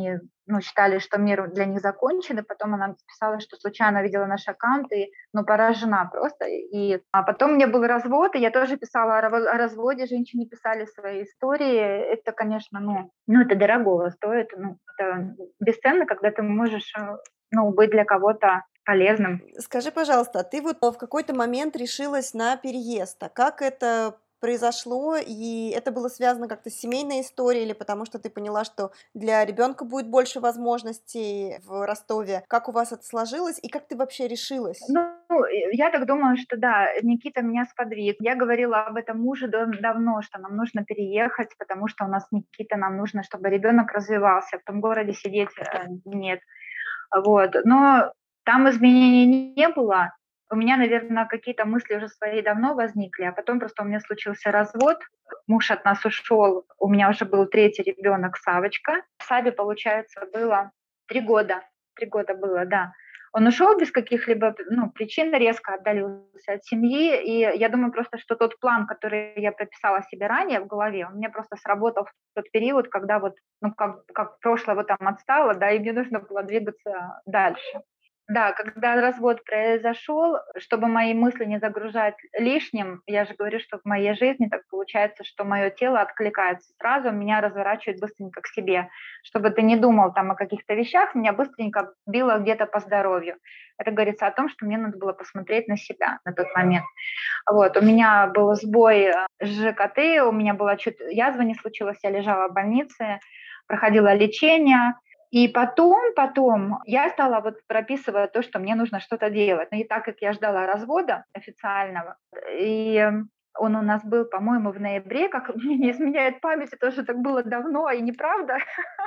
ну, считали, что мир для них закончен, и потом она писала, что случайно видела наш аккаунт, и, ну, поражена просто. И, а потом у меня был развод, и я тоже писала о, раво- о разводе, женщины писали свои истории. Это, конечно, ну, ну это дорого стоит, ну, это бесценно, когда ты можешь, э, ну, быть для кого-то полезным. Скажи, пожалуйста, а ты вот в какой-то момент решилась на переезд. А как это произошло? И это было связано как-то с семейной историей или потому что ты поняла, что для ребенка будет больше возможностей в Ростове? Как у вас это сложилось и как ты вообще решилась? Ну, э, я так думаю, что да, Никита меня сподвиг. Я говорила об этом мужу дав- давно, что нам нужно переехать, потому что у нас Никита, нам нужно, чтобы ребенок развивался. В том городе сидеть э, нет. Вот. Но там изменений не было. У меня, наверное, какие-то мысли уже свои давно возникли, а потом просто у меня случился развод. Муж от нас ушел. У меня уже был третий ребенок, Савочка. Сабе, получается, было три года. Три года было, да. Он ушел без каких-либо ну, причин, резко отдалился от семьи. И я думаю просто, что тот план, который я прописала себе ранее в голове, он мне просто сработал в тот период, когда вот, ну, как, как прошлое вот там отстало, да, и мне нужно было двигаться дальше. Да, когда развод произошел, чтобы мои мысли не загружать лишним, я же говорю, что в моей жизни так получается, что мое тело откликается сразу, меня разворачивает быстренько к себе. Чтобы ты не думал там о каких-то вещах, меня быстренько било где-то по здоровью. Это говорится о том, что мне надо было посмотреть на себя на тот момент. Вот, у меня был сбой э, с ЖКТ, у меня была чуть язва не случилась, я лежала в больнице, проходила лечение. И потом, потом я стала вот прописывать то, что мне нужно что-то делать. Но и так как я ждала развода официального, и он у нас был, по-моему, в ноябре, как мне не изменяет память, это уже так было давно и неправда,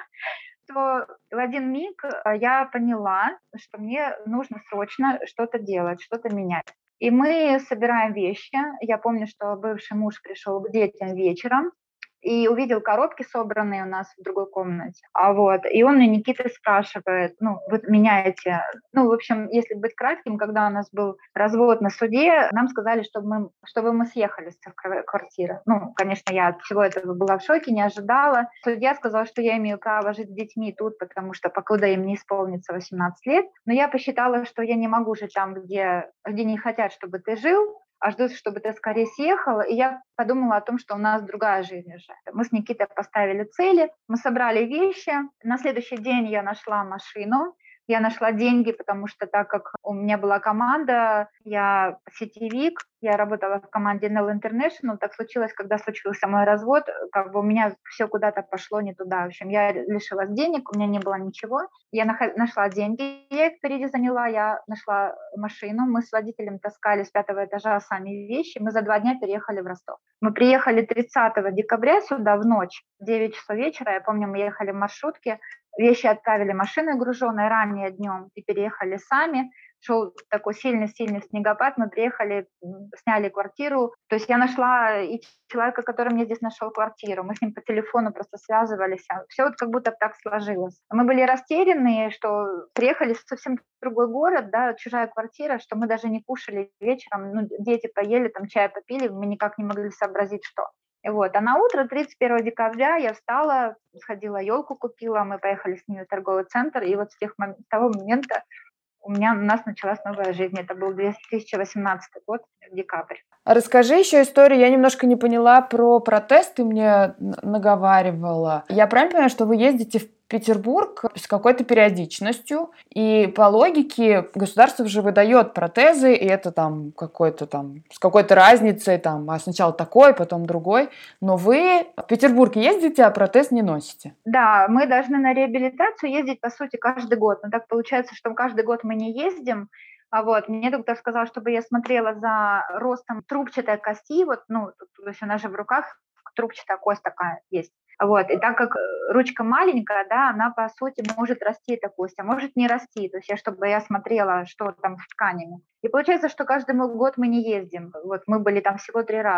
то в один миг э, я поняла, что мне нужно срочно что-то делать, что-то менять. И мы собираем вещи. Я помню, что бывший муж пришел к детям вечером и увидел коробки, собранные у нас в другой комнате. А вот, и он мне, Никита, спрашивает, ну, вы меняете... Ну, в общем, если быть кратким, когда у нас был развод на суде, нам сказали, чтобы мы, чтобы мы съехали с квартиры. Ну, конечно, я от всего этого была в шоке, не ожидала. Судья сказал, что я имею право жить с детьми тут, потому что покуда им не исполнится восемнадцать лет. Но я посчитала, что я не могу жить там, где, где не хотят, чтобы ты жил, а ждут, чтобы ты скорее съехала. И я подумала о том, что у нас другая жизнь уже. Мы с Никитой поставили цели, мы собрали вещи. На следующий день я нашла машину, я нашла деньги, потому что так как у меня была команда, я сетевик, я работала в команде эн эл International, так случилось, когда случился мой развод, как бы у меня все куда-то пошло не туда. В общем, я лишилась денег, у меня не было ничего. Я нах- нашла деньги, я их впереди заняла, я нашла машину, мы с водителем таскали с пятого этажа сами вещи, мы за два дня переехали в Ростов. Мы приехали тридцатого декабря сюда в ночь, в девять часов вечера, я помню, мы ехали в маршрутке, вещи отправили машиной груженой ранее днем и переехали сами. Шел такой сильный-сильный снегопад, мы приехали, сняли квартиру. То есть я нашла и человека, который мне здесь нашел квартиру. Мы с ним по телефону просто связывались. Все вот как будто так сложилось. Мы были растеряны, что приехали в совсем другой город, да, чужая квартира, что мы даже не кушали вечером. Ну, дети поели, там чай попили, мы никак не могли сообразить, что. Вот. А на утро, тридцать первого декабря, я встала, сходила, елку купила, мы поехали с ней в торговый центр, и вот с, тех, с того момента у меня у нас началась новая жизнь. Это был две тысячи восемнадцатый год, декабрь. Расскажи еще историю. Я немножко не поняла про протест, ты мне наговаривала. Я правильно понимаю, что вы ездите в Петербург с какой-то периодичностью, и по логике государство же выдает протезы, и это там какой-то там с какой-то разницей, там, а сначала такой, потом другой. Но вы в Петербург ездите, а протез не носите. Да, мы должны на реабилитацию ездить, по сути, каждый год. Но так получается, что каждый год мы не ездим. А вот, мне доктор сказал, чтобы я смотрела за ростом трубчатой кости, вот, ну, то есть у нас же в руках трубчатая кость такая есть. Вот, и так как ручка маленькая, да, она, по сути, может расти эта кость, а может не расти. То есть я, чтобы я смотрела, что там с тканями. И получается, что каждый год мы не ездим. Вот, мы были там всего три раза.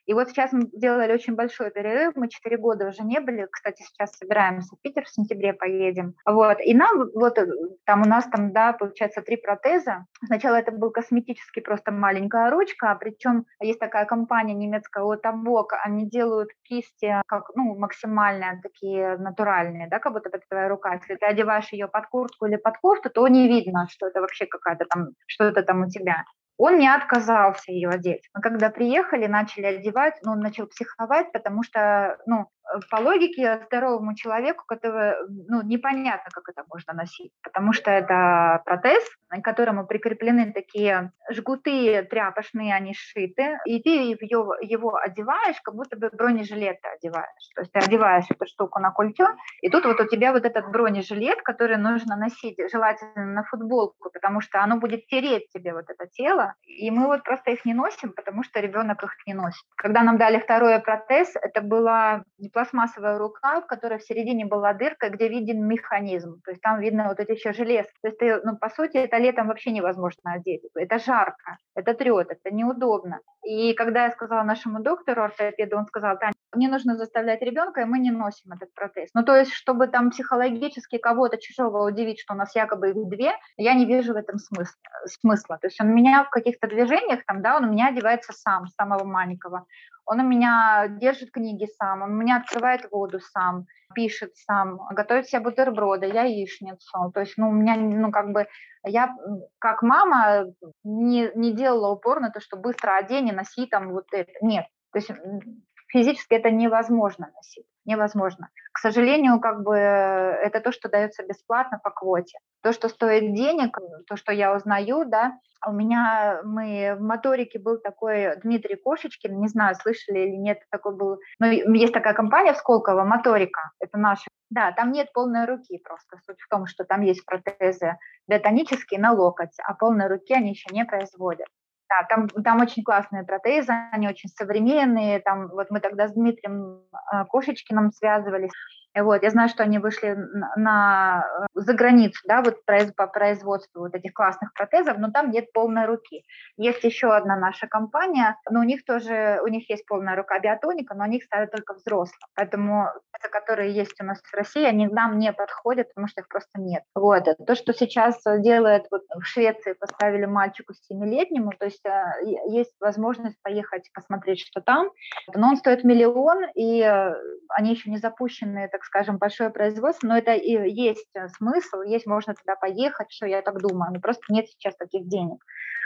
И вот сейчас мы сделали очень большой перерыв, мы четыре года уже не были, кстати, сейчас собираемся в Питер, в сентябре поедем, вот, и нам вот там у нас там, да, получается, три протеза. Сначала это был косметический, просто маленькая ручка, причем есть такая компания немецкая Otavok, они делают кисти как, ну, максимально такие натуральные, да, как будто это твоя рука. Если ты одеваешь ее под куртку или под кофту, то не видно, что это вообще какая-то там, что-то там у тебя. Он не отказался ее одеть. Мы когда приехали, начали одевать, но он начал психовать, потому что, ну, по логике здоровому человеку, которого, ну, непонятно, как это можно носить, потому что это протез, к которому прикреплены такие жгуты тряпочные, они сшиты, и ты его, его одеваешь, как будто бы бронежилет ты одеваешь. То есть ты одеваешь эту штуку на культю, и тут вот у тебя вот этот бронежилет, который нужно носить желательно на футболку, потому что оно будет тереть тебе вот это тело, и мы вот просто их не носим, потому что ребенок их не носит. Когда нам дали второй протез, это была пластмассовая рука, в которой в середине была дырка, где виден механизм. То есть там видно вот эти еще железки. То есть ты, ну, по сути, это летом вообще невозможно одеть. Это жарко, это трет, это неудобно. И когда я сказала нашему доктору, ортопеду, он сказал: Таня, мне нужно заставлять ребенка, и мы не носим этот протез. Ну, то есть, чтобы там психологически кого-то чужого удивить, что у нас якобы их две, я не вижу в этом смысла. смысла. То есть он у меня в каких-то движениях, там, да, он у меня одевается сам, с самого маленького. Он у меня держит книги сам, он у меня открывает воду сам, пишет сам, готовит себе бутерброды, яичницу. То есть, ну, у меня, ну, как бы, я как мама не, не делала упор на то, что быстро одень и носи там вот это. Нет. То есть физически это невозможно носить, невозможно. К сожалению, как бы это то, что дается бесплатно по квоте. То, что стоит денег, то, что я узнаю, да, у меня, мы в моторике был такой Дмитрий Кошечкин, не знаю, слышали или нет, такой был, но есть такая компания в Сколково, Моторика, это наша. Да, там нет полной руки просто. Суть в том, что там есть протезы биотонические на локоть, а полной руки они еще не производят. Да, там, там очень классные протезы, они очень современные. Там, вот мы тогда с Дмитрием э, Кошечкиным связывались. Вот, я знаю, что они вышли на, на за границу, да, вот по производству вот этих классных протезов, но там нет полной руки. Есть еще одна наша компания, но у них тоже, у них есть полная рука биотоника, но они их ставят только взрослым. Поэтому те, которые есть у нас в России, они нам не подходят, потому что их просто нет. Вот. То, что сейчас делает, вот в Швеции поставили мальчику семилетнему, то есть есть возможность поехать посмотреть, что там, но он стоит миллион, и они еще не запущены, так скажем, большое производство, но это и есть смысл, есть, можно туда поехать, что я так думаю, но просто нет сейчас таких денег.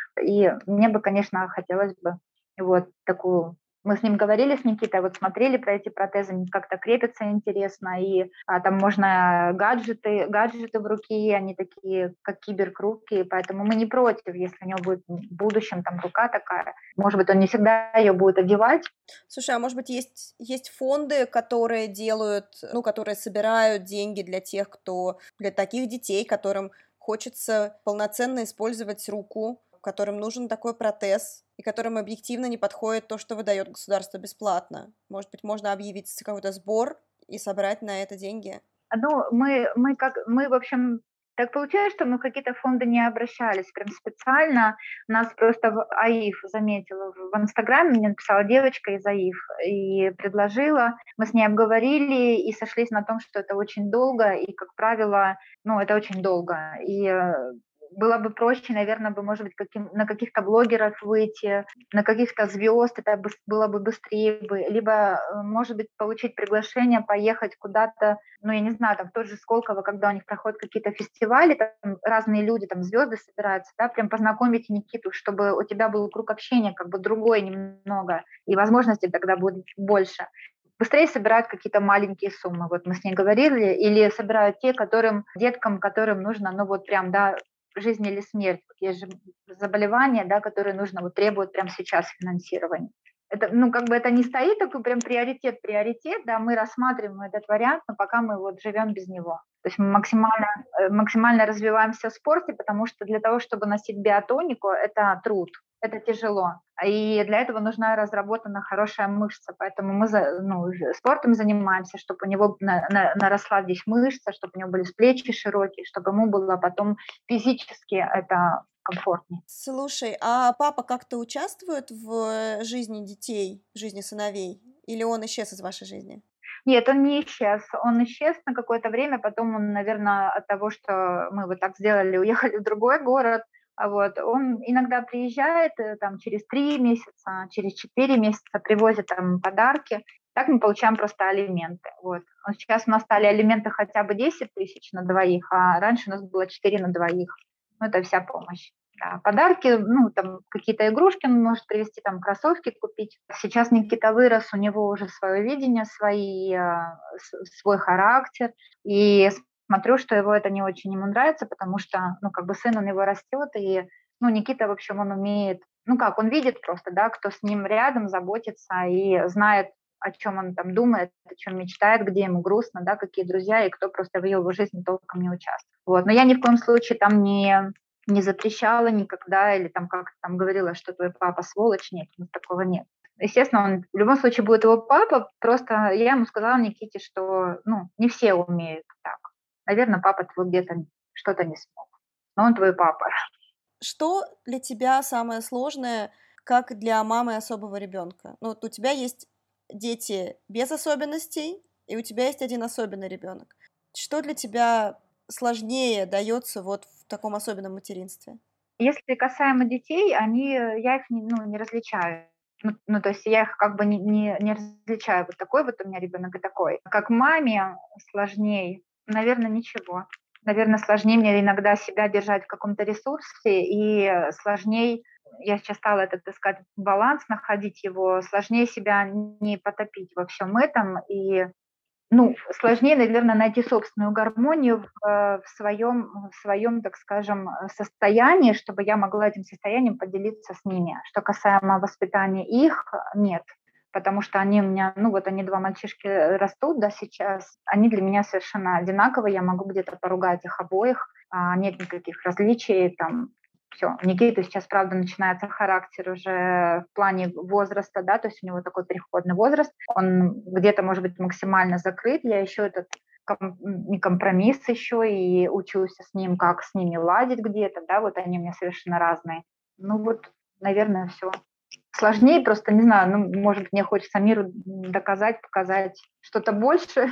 И мне бы, конечно, хотелось бы вот такую... Мы с ним говорили, с Никитой, вот смотрели про эти протезы, как-то крепятся интересно, и а, там можно гаджеты, гаджеты в руке, они такие, как киберкруги, поэтому мы не против, если у него будет в будущем там рука такая. Может быть, он не всегда ее будет одевать. Слушай, а может быть, есть, есть фонды, которые делают, ну, которые собирают деньги для тех, кто, для таких детей, которым хочется полноценно использовать руку, которым нужен такой протез, и которым объективно не подходит то, что выдает государство бесплатно. Может быть, можно объявить какой-то сбор и собрать на это деньги? Ну, мы, мы, как, мы, в общем, так получается, что мы в какие-то фонды не обращались прям специально. Нас просто в АИФ заметила. В Инстаграме мне написала девочка из АИФ и предложила. Мы с ней обговорили и сошлись на том, что это очень долго, и, как правило, ну, это очень долго. И было бы проще, наверное, бы, может быть, каким, на каких-то блогеров выйти, на каких-то звезд, это было бы быстрее бы. Либо, может быть, получить приглашение, поехать куда-то, ну, я не знаю, там, в тот же Сколково, когда у них проходят какие-то фестивали, там разные люди, там, звезды собираются, да, прям познакомить Никиту, чтобы у тебя был круг общения как бы другой немного, и возможностей тогда будет больше. Быстрее собирают какие-то маленькие суммы, вот мы с ней говорили, или собирают те, которым, деткам, которым нужно, ну, вот прям, да, жизнь или смерть. Есть же заболевания, да, которые нужно, вот требуют прямо сейчас финансирования. Это, ну, как бы это не стоит такой прям приоритет, приоритет, да, мы рассматриваем этот вариант, но пока мы вот живем без него. То есть мы максимально, максимально развиваемся в спорте, потому что для того, чтобы носить биотонику, это труд, это тяжело. И для этого нужна разработана хорошая мышца. Поэтому мы за, ну, спортом занимаемся, чтобы у него на, на, наросла здесь мышца, чтобы у него были плечи широкие, чтобы ему было потом физически это комфортнее. Слушай, а папа как-то участвует в жизни детей, в жизни сыновей? Или он исчез из вашей жизни? Нет, он не исчез. Он исчез на какое-то время, потом он, наверное, от того, что мы вот так сделали, уехали в другой город. А вот он иногда приезжает э, там через три месяца, через четыре месяца, привозит там подарки. Так мы получаем просто алименты. Вот. А сейчас у нас стали алименты хотя бы десять тысяч на двоих, а раньше у нас было четыре на двоих. Ну, это вся помощь. Да. Подарки, ну, там какие-то игрушки он может привезти, там кроссовки купить. Сейчас Никита вырос, у него уже свое видение, свои, э, свой характер. И смотрю, что его это не очень ему нравится, потому что, ну, как бы сын, он его растет, и, ну, Никита, в общем, он умеет, ну, как, он видит просто, да, кто с ним рядом, заботится и знает, о чем он там думает, о чем мечтает, где ему грустно, да, какие друзья, и кто просто в его жизни толком не участвует. Вот, но я ни в коем случае там не, не запрещала никогда, или там как-то там говорила, что твой папа сволочь, нет, такого нет. Естественно, он в любом случае будет его папа, просто я ему сказала, Никите, что, ну, не все умеют так. Наверное, папа твой где-то что-то не смог. Но он твой папа. Что для тебя самое сложное, как для мамы особого ребенка? Ну, вот у тебя есть дети без особенностей, и у тебя есть один особенный ребенок. Что для тебя сложнее дается вот в таком особенном материнстве? Если касаемо детей, они, я их не, ну, не различаю. Ну, ну, то есть я их как бы не, не, не различаю. Вот такой вот у меня ребенок и такой. Как маме сложнее, наверное, ничего. Наверное, сложнее мне иногда себя держать в каком-то ресурсе, и сложнее, я сейчас стала этот искать баланс, находить его, сложнее себя не потопить во всем этом, и ну, сложнее, наверное, найти собственную гармонию в, э, в своем, в своем, так скажем, э, состоянии, чтобы я могла этим состоянием поделиться с ними. Что касаемо воспитания их, нет, потому что они у меня, ну вот они два мальчишки растут, да, сейчас, они для меня совершенно одинаковые, я могу где-то поругать их обоих, а, нет никаких различий, там, все. У Никиты сейчас, правда, начинается характер уже в плане возраста, да, то есть у него такой переходный возраст, он где-то, может быть, максимально закрыт, я еще этот ком- не компромисс еще и учусь с ним, как с ними ладить где-то, да, вот они у меня совершенно разные. Ну вот, наверное, все. Сложнее просто, не знаю, ну, может, мне хочется миру доказать, показать что-то больше.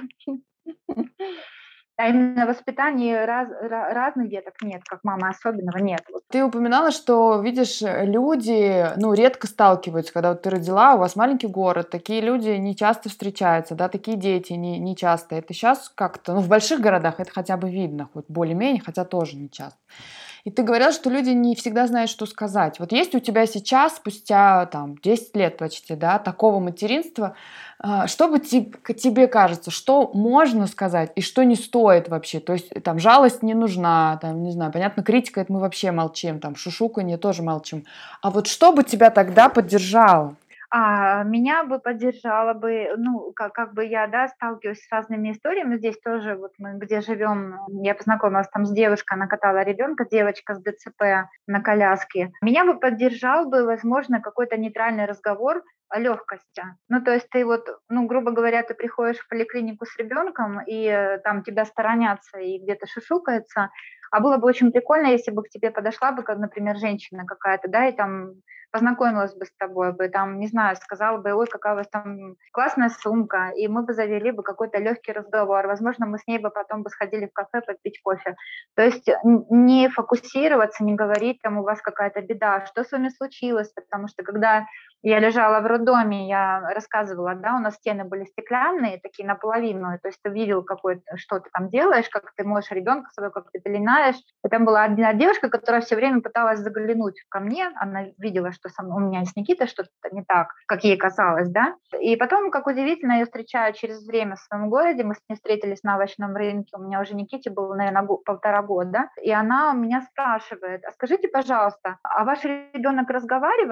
А именно воспитание раз, ra- разных деток нет, как мама особенного нет. Вот. Ты упоминала, что, видишь, люди, ну, редко сталкиваются, когда вот ты родила, у вас маленький город, такие люди не часто встречаются, да, такие дети не, не часто. Это сейчас как-то, ну, в больших городах это хотя бы видно, хоть более-менее, хотя тоже не часто. И ты говорила, что люди не всегда знают, что сказать. Вот есть у тебя сейчас, спустя там десять лет почти, да, такого материнства, а, что бы ти- к- тебе кажется, что можно сказать и что не стоит вообще? То есть там жалость не нужна, там, не знаю, понятно, критика, это мы вообще молчим, там, шушуканье тоже молчим. А вот что бы тебя тогда поддержало? А меня бы поддержала бы, ну, как, как бы я, да, сталкиваюсь с разными историями. Здесь тоже, вот мы где живем, я познакомилась там с девушкой, она катала ребенка, девочка с ДЦП на коляске. Меня бы поддержал бы, возможно, какой-то нейтральный разговор о легкости. Ну, то есть ты вот, ну, грубо говоря, ты приходишь в поликлинику с ребенком, и э, там тебя сторонятся и где-то шушукаются, а было бы очень прикольно, если бы к тебе подошла бы, как, например, женщина какая-то, да, и там познакомилась бы с тобой, бы, там, не знаю, сказала бы, ой, какая у вас там классная сумка, и мы бы завели бы какой-то легкий разговор. Возможно, мы с ней бы потом бы сходили в кафе попить кофе. То есть не фокусироваться, не говорить, там, у вас какая-то беда, что с вами случилось, потому что когда я лежала в роддоме, я рассказывала, да, у нас стены были стеклянные, такие наполовину, то есть ты видел, какой, что ты там делаешь, как ты моешь ребенка с собой, как ты пеленаешь. И там была одна девушка, которая все время пыталась заглянуть ко мне, она видела, что со мной, у меня с Никитой что-то не так, как ей казалось, да. И потом, как удивительно, я ее встречаю через время в своем городе, мы с ней встретились на овощном рынке, у меня уже Никите было, наверное, го- полтора года, и она меня спрашивает, а скажите, пожалуйста, а ваш ребенок разговаривает?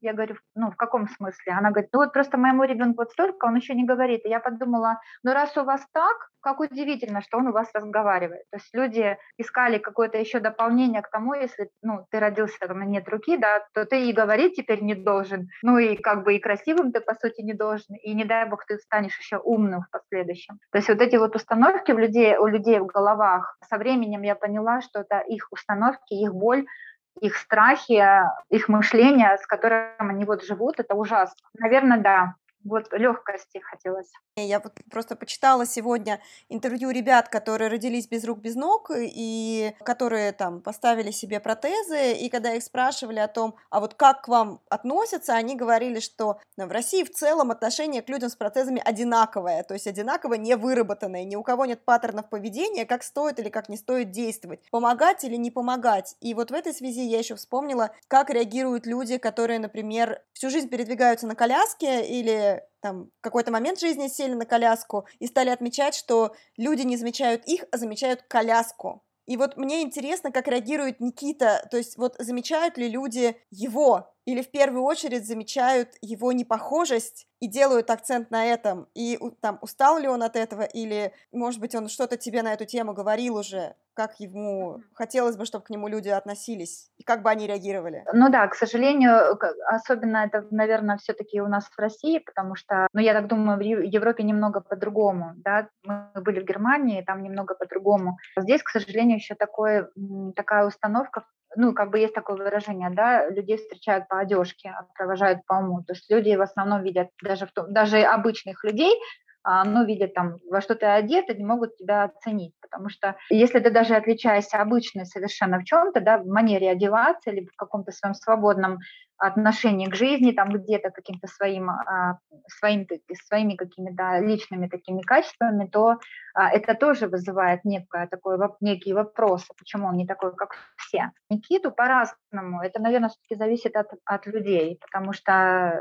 Я говорю, ну, в каком смысле? Она говорит, ну вот просто моему ребенку вот столько, он еще не говорит. И я подумала, ну раз у вас так, как удивительно, что он у вас разговаривает. То есть люди искали какое-то еще дополнение к тому, если, ну, ты родился, там, и нет руки, да, то ты и говорить теперь не должен, ну и как бы и красивым ты, по сути, не должен, и не дай бог ты станешь еще умным в последующем. То есть вот эти вот установки у людей, у людей в головах, со временем я поняла, что это их установки, их боль, их страхи, их мышление, с которым они вот живут, это ужасно. Наверное, да. Вот легкости хотелось. Я вот просто почитала сегодня интервью ребят, которые родились без рук, без ног, и которые там поставили себе протезы, и когда их спрашивали о том, а вот как к вам относятся, они говорили, что ну, в России в целом отношение к людям с протезами одинаковое, то есть одинаково не выработанное, ни у кого нет паттернов поведения, как стоит или как не стоит действовать, помогать или не помогать. И вот в этой связи я еще вспомнила, как реагируют люди, которые, например, всю жизнь передвигаются на коляске или там в какой-то момент жизни сели на коляску и стали отмечать, что люди не замечают их, а замечают коляску. И вот мне интересно, как реагирует Никита, то есть вот замечают ли люди его, или в первую очередь замечают его непохожесть и делают акцент на этом, и там устал ли он от этого, или, может быть, он что-то тебе на эту тему говорил уже, как ему хотелось бы, чтобы к нему люди относились, и как бы они реагировали? Ну да, к сожалению, особенно это, наверное, все-таки у нас в России, потому что, ну я так думаю, в Европе немного по-другому, да, мы были в Германии, там немного по-другому. Здесь, к сожалению, еще такое, такая установка, ну, как бы есть такое выражение, да, людей встречают по одежке, а провожают по уму. То есть люди в основном видят, даже, в том, даже обычных людей, ну, видят там, во что ты одет, и не могут тебя оценить. Потому что если ты даже отличаешься обычно совершенно в чем-то, да, в манере одеваться или в каком-то своем свободном отношении к жизни, там где-то каким-то своим, своим, своими какими-то личными такими качествами, то это тоже вызывает некое такое, некие вопросы, почему он не такой, как все. Никиту по-разному. Это, наверное, все-таки зависит от, от людей, потому что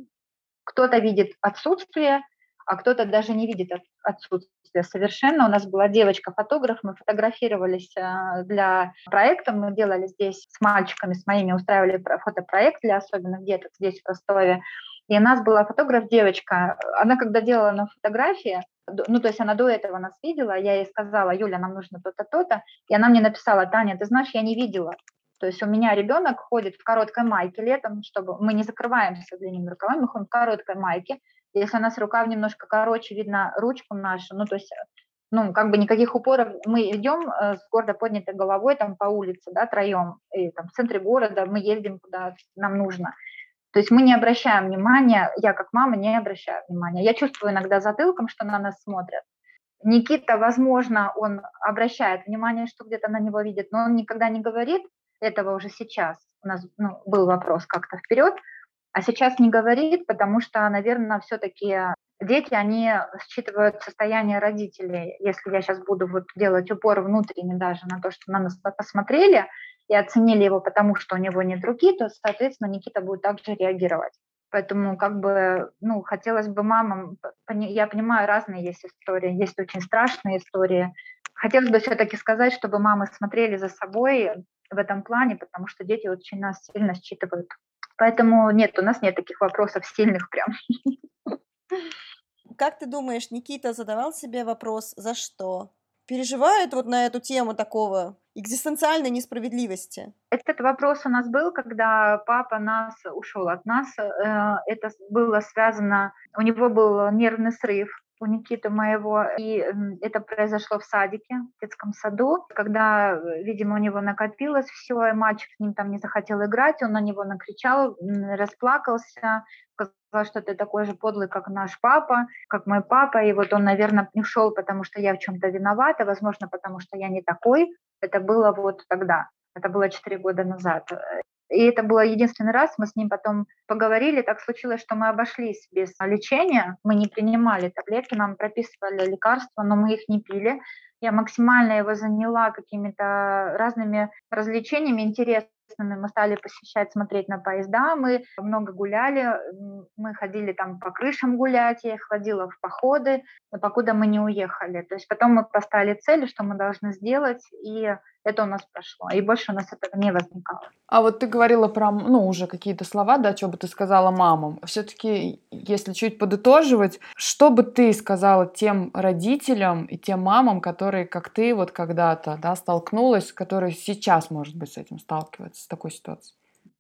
кто-то видит отсутствие, а кто-то даже не видит отсутствия совершенно. У нас была девочка-фотограф, мы фотографировались для проекта, мы делали здесь с мальчиками, с моими, устраивали фотопроект для особенных деток здесь, в Ростове. И у нас была фотограф-девочка, она когда делала на фотографии, ну, то есть она до этого нас видела, я ей сказала, Юля, нам нужно то-то, то-то, и она мне написала, Таня, ты знаешь, я не видела. То есть у меня ребенок ходит в короткой майке летом, чтобы мы не закрываемся длинными рукавами, мы ходим в короткой майке. Если у нас рукав немножко короче, видно ручку нашу, ну, то есть, ну, как бы никаких упоров. Мы идем с гордо поднятой головой там по улице, да, троем, и там в центре города мы ездим куда нам нужно. То есть мы не обращаем внимания, я как мама не обращаю внимания. Я чувствую иногда затылком, что на нас смотрят. Никита, возможно, он обращает внимание, что где-то на него видит, но он никогда не говорит этого уже сейчас. У нас ну, был вопрос как-то вперед, а сейчас не говорит, потому что, наверное, все-таки дети, они считывают состояние родителей. Если я сейчас буду вот делать упор внутренний даже на то, что на нас посмотрели и оценили его, потому что у него нет руки, то, соответственно, Никита будет также реагировать. Поэтому как бы, ну, хотелось бы мамам, я понимаю, разные есть истории, есть очень страшные истории. Хотелось бы все-таки сказать, чтобы мамы смотрели за собой в этом плане, потому что дети очень нас сильно считывают. Поэтому нет, у нас нет таких вопросов сильных прям. Как ты думаешь, Никита задавал себе вопрос, за что? Переживает вот на эту тему такого экзистенциальной несправедливости? Этот вопрос у нас был, когда папа нас ушел от нас. Это было связано, у него был нервный срыв, у Никиты моего, и это произошло в садике, в детском саду, когда, видимо, у него накопилось все, и мальчик с ним там не захотел играть, он на него накричал, расплакался, сказал, что ты такой же подлый, как наш папа, как мой папа, и вот он, наверное, ушел, потому что я в чем-то виновата, возможно, потому что я не такой. Это было вот тогда, это было четыре года назад. И это было единственный раз, мы с ним потом поговорили, так случилось, что мы обошлись без лечения, мы не принимали таблетки, нам прописывали лекарства, но мы их не пили. Я максимально его заняла какими-то разными развлечениями интересными, мы стали посещать, смотреть на поезда, мы много гуляли, мы ходили там по крышам гулять, я ходила в походы, покуда мы не уехали. То есть потом мы поставили цель, что мы должны сделать, и это у нас прошло, и больше у нас этого не возникало. А вот ты говорила про, ну, уже какие-то слова, да, что бы ты сказала мамам. Все-таки, если чуть подытоживать, что бы ты сказала тем родителям и тем мамам, которые, как ты, вот когда-то, да, столкнулась, которые сейчас, может быть, с этим сталкиваются, с такой ситуацией?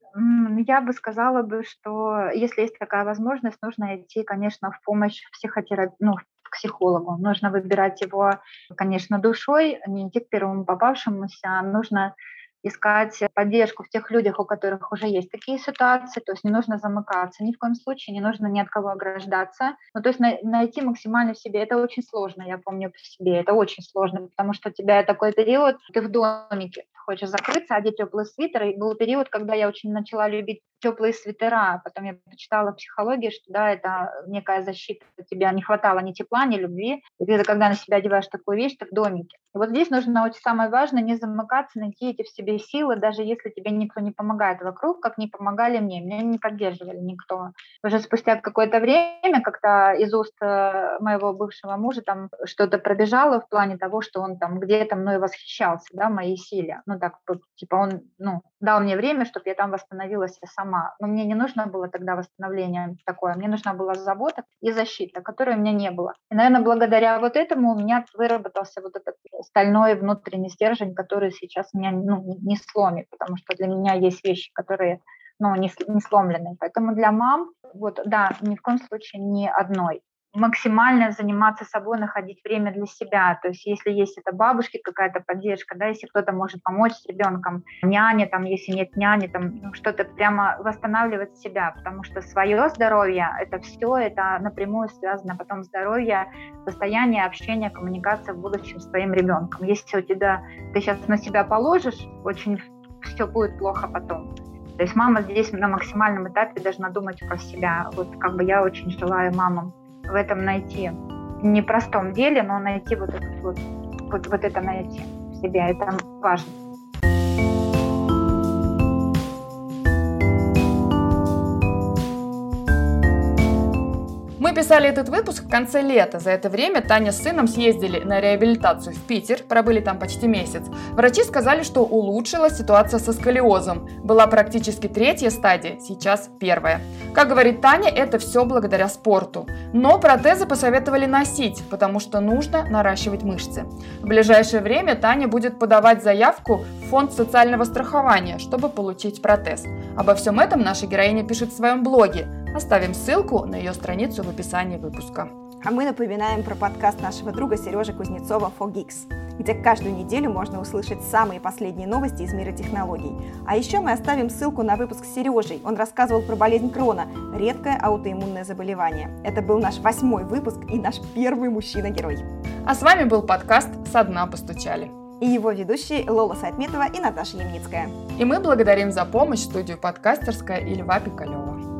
Я бы сказала бы, что если есть такая возможность, нужно идти, конечно, в помощь психотерапии, ну, к психологу. Нужно выбирать его, конечно, душой, не идти к первому попавшемуся. Нужно искать поддержку в тех людях, у которых уже есть такие ситуации, то есть не нужно замыкаться, ни в коем случае не нужно ни от кого ограждаться. Ну, то есть на, найти максимально в себе, это очень сложно, я помню по себе, это очень сложно, потому что у тебя такой период, ты в домике, хочешь закрыться, одеть теплый свитер, и был период, когда я очень начала любить теплые свитера, потом я почитала в психологии, что да, это некая защита, тебе не хватало ни тепла, ни любви, и ты, когда на себя одеваешь такую вещь, ты в домике. И вот здесь нужно, очень самое важное, не замыкаться, найти эти в себе силы, даже если тебе никто не помогает вокруг, как не помогали мне, меня не поддерживали никто. Уже спустя какое-то время, как-то из уст моего бывшего мужа там что-то пробежало в плане того, что он там где-то мной восхищался, да, моей силе. Ну так, типа он, ну, дал мне время, чтобы я там восстановилась сама. Но мне не нужно было тогда восстановление такое, мне нужна была забота и защита, которой у меня не было. И, наверное, благодаря вот этому у меня выработался вот этот стальной внутренний стержень, который сейчас меня, ну, не сломит, потому что для меня есть вещи, которые, ну, не, не сломлены. Поэтому для мам, вот, да, ни в коем случае ни одной. Максимально заниматься собой, находить время для себя. То есть если есть это бабушки, какая-то поддержка, да, если кто-то может помочь с ребенком, няня, там, если нет няни, там, ну, что-то прямо восстанавливать себя, потому что свое здоровье, это все, это напрямую связано потом здоровье, состояние, общение, коммуникация в будущем с твоим ребенком. Если у тебя, ты сейчас на себя положишь, очень все будет плохо потом. То есть мама здесь на максимальном этапе должна думать про себя. Вот как бы я очень желаю мамам в этом найти, в непростом деле, но найти вот, этот вот, вот, вот это найти в себе, это важно. Мы писали этот выпуск в конце лета. За это время Таня с сыном съездили на реабилитацию в Питер, пробыли там почти месяц. Врачи сказали, что улучшилась ситуация со сколиозом. Была практически третья стадия, сейчас первая. Как говорит Таня, это все благодаря спорту. Но протезы посоветовали носить, потому что нужно наращивать мышцы. В ближайшее время Таня будет подавать заявку в фонд социального страхования, чтобы получить протез. Обо всем этом наша героиня пишет в своем блоге. Оставим ссылку на ее страницу в описании выпуска. А мы напоминаем про подкаст нашего друга Сережи Кузнецова фор гикс, где каждую неделю можно услышать самые последние новости из мира технологий. А еще мы оставим ссылку на выпуск с Сережей. Он рассказывал про болезнь Крона, редкое аутоиммунное заболевание. Это был наш восьмой выпуск и наш первый мужчина-герой. А с вами был подкаст «Со дна постучали». И его ведущие Лола Сайтметова и Наташа Ямницкая. И мы благодарим за помощь студию «Подкастерская» и Льва Пикалева.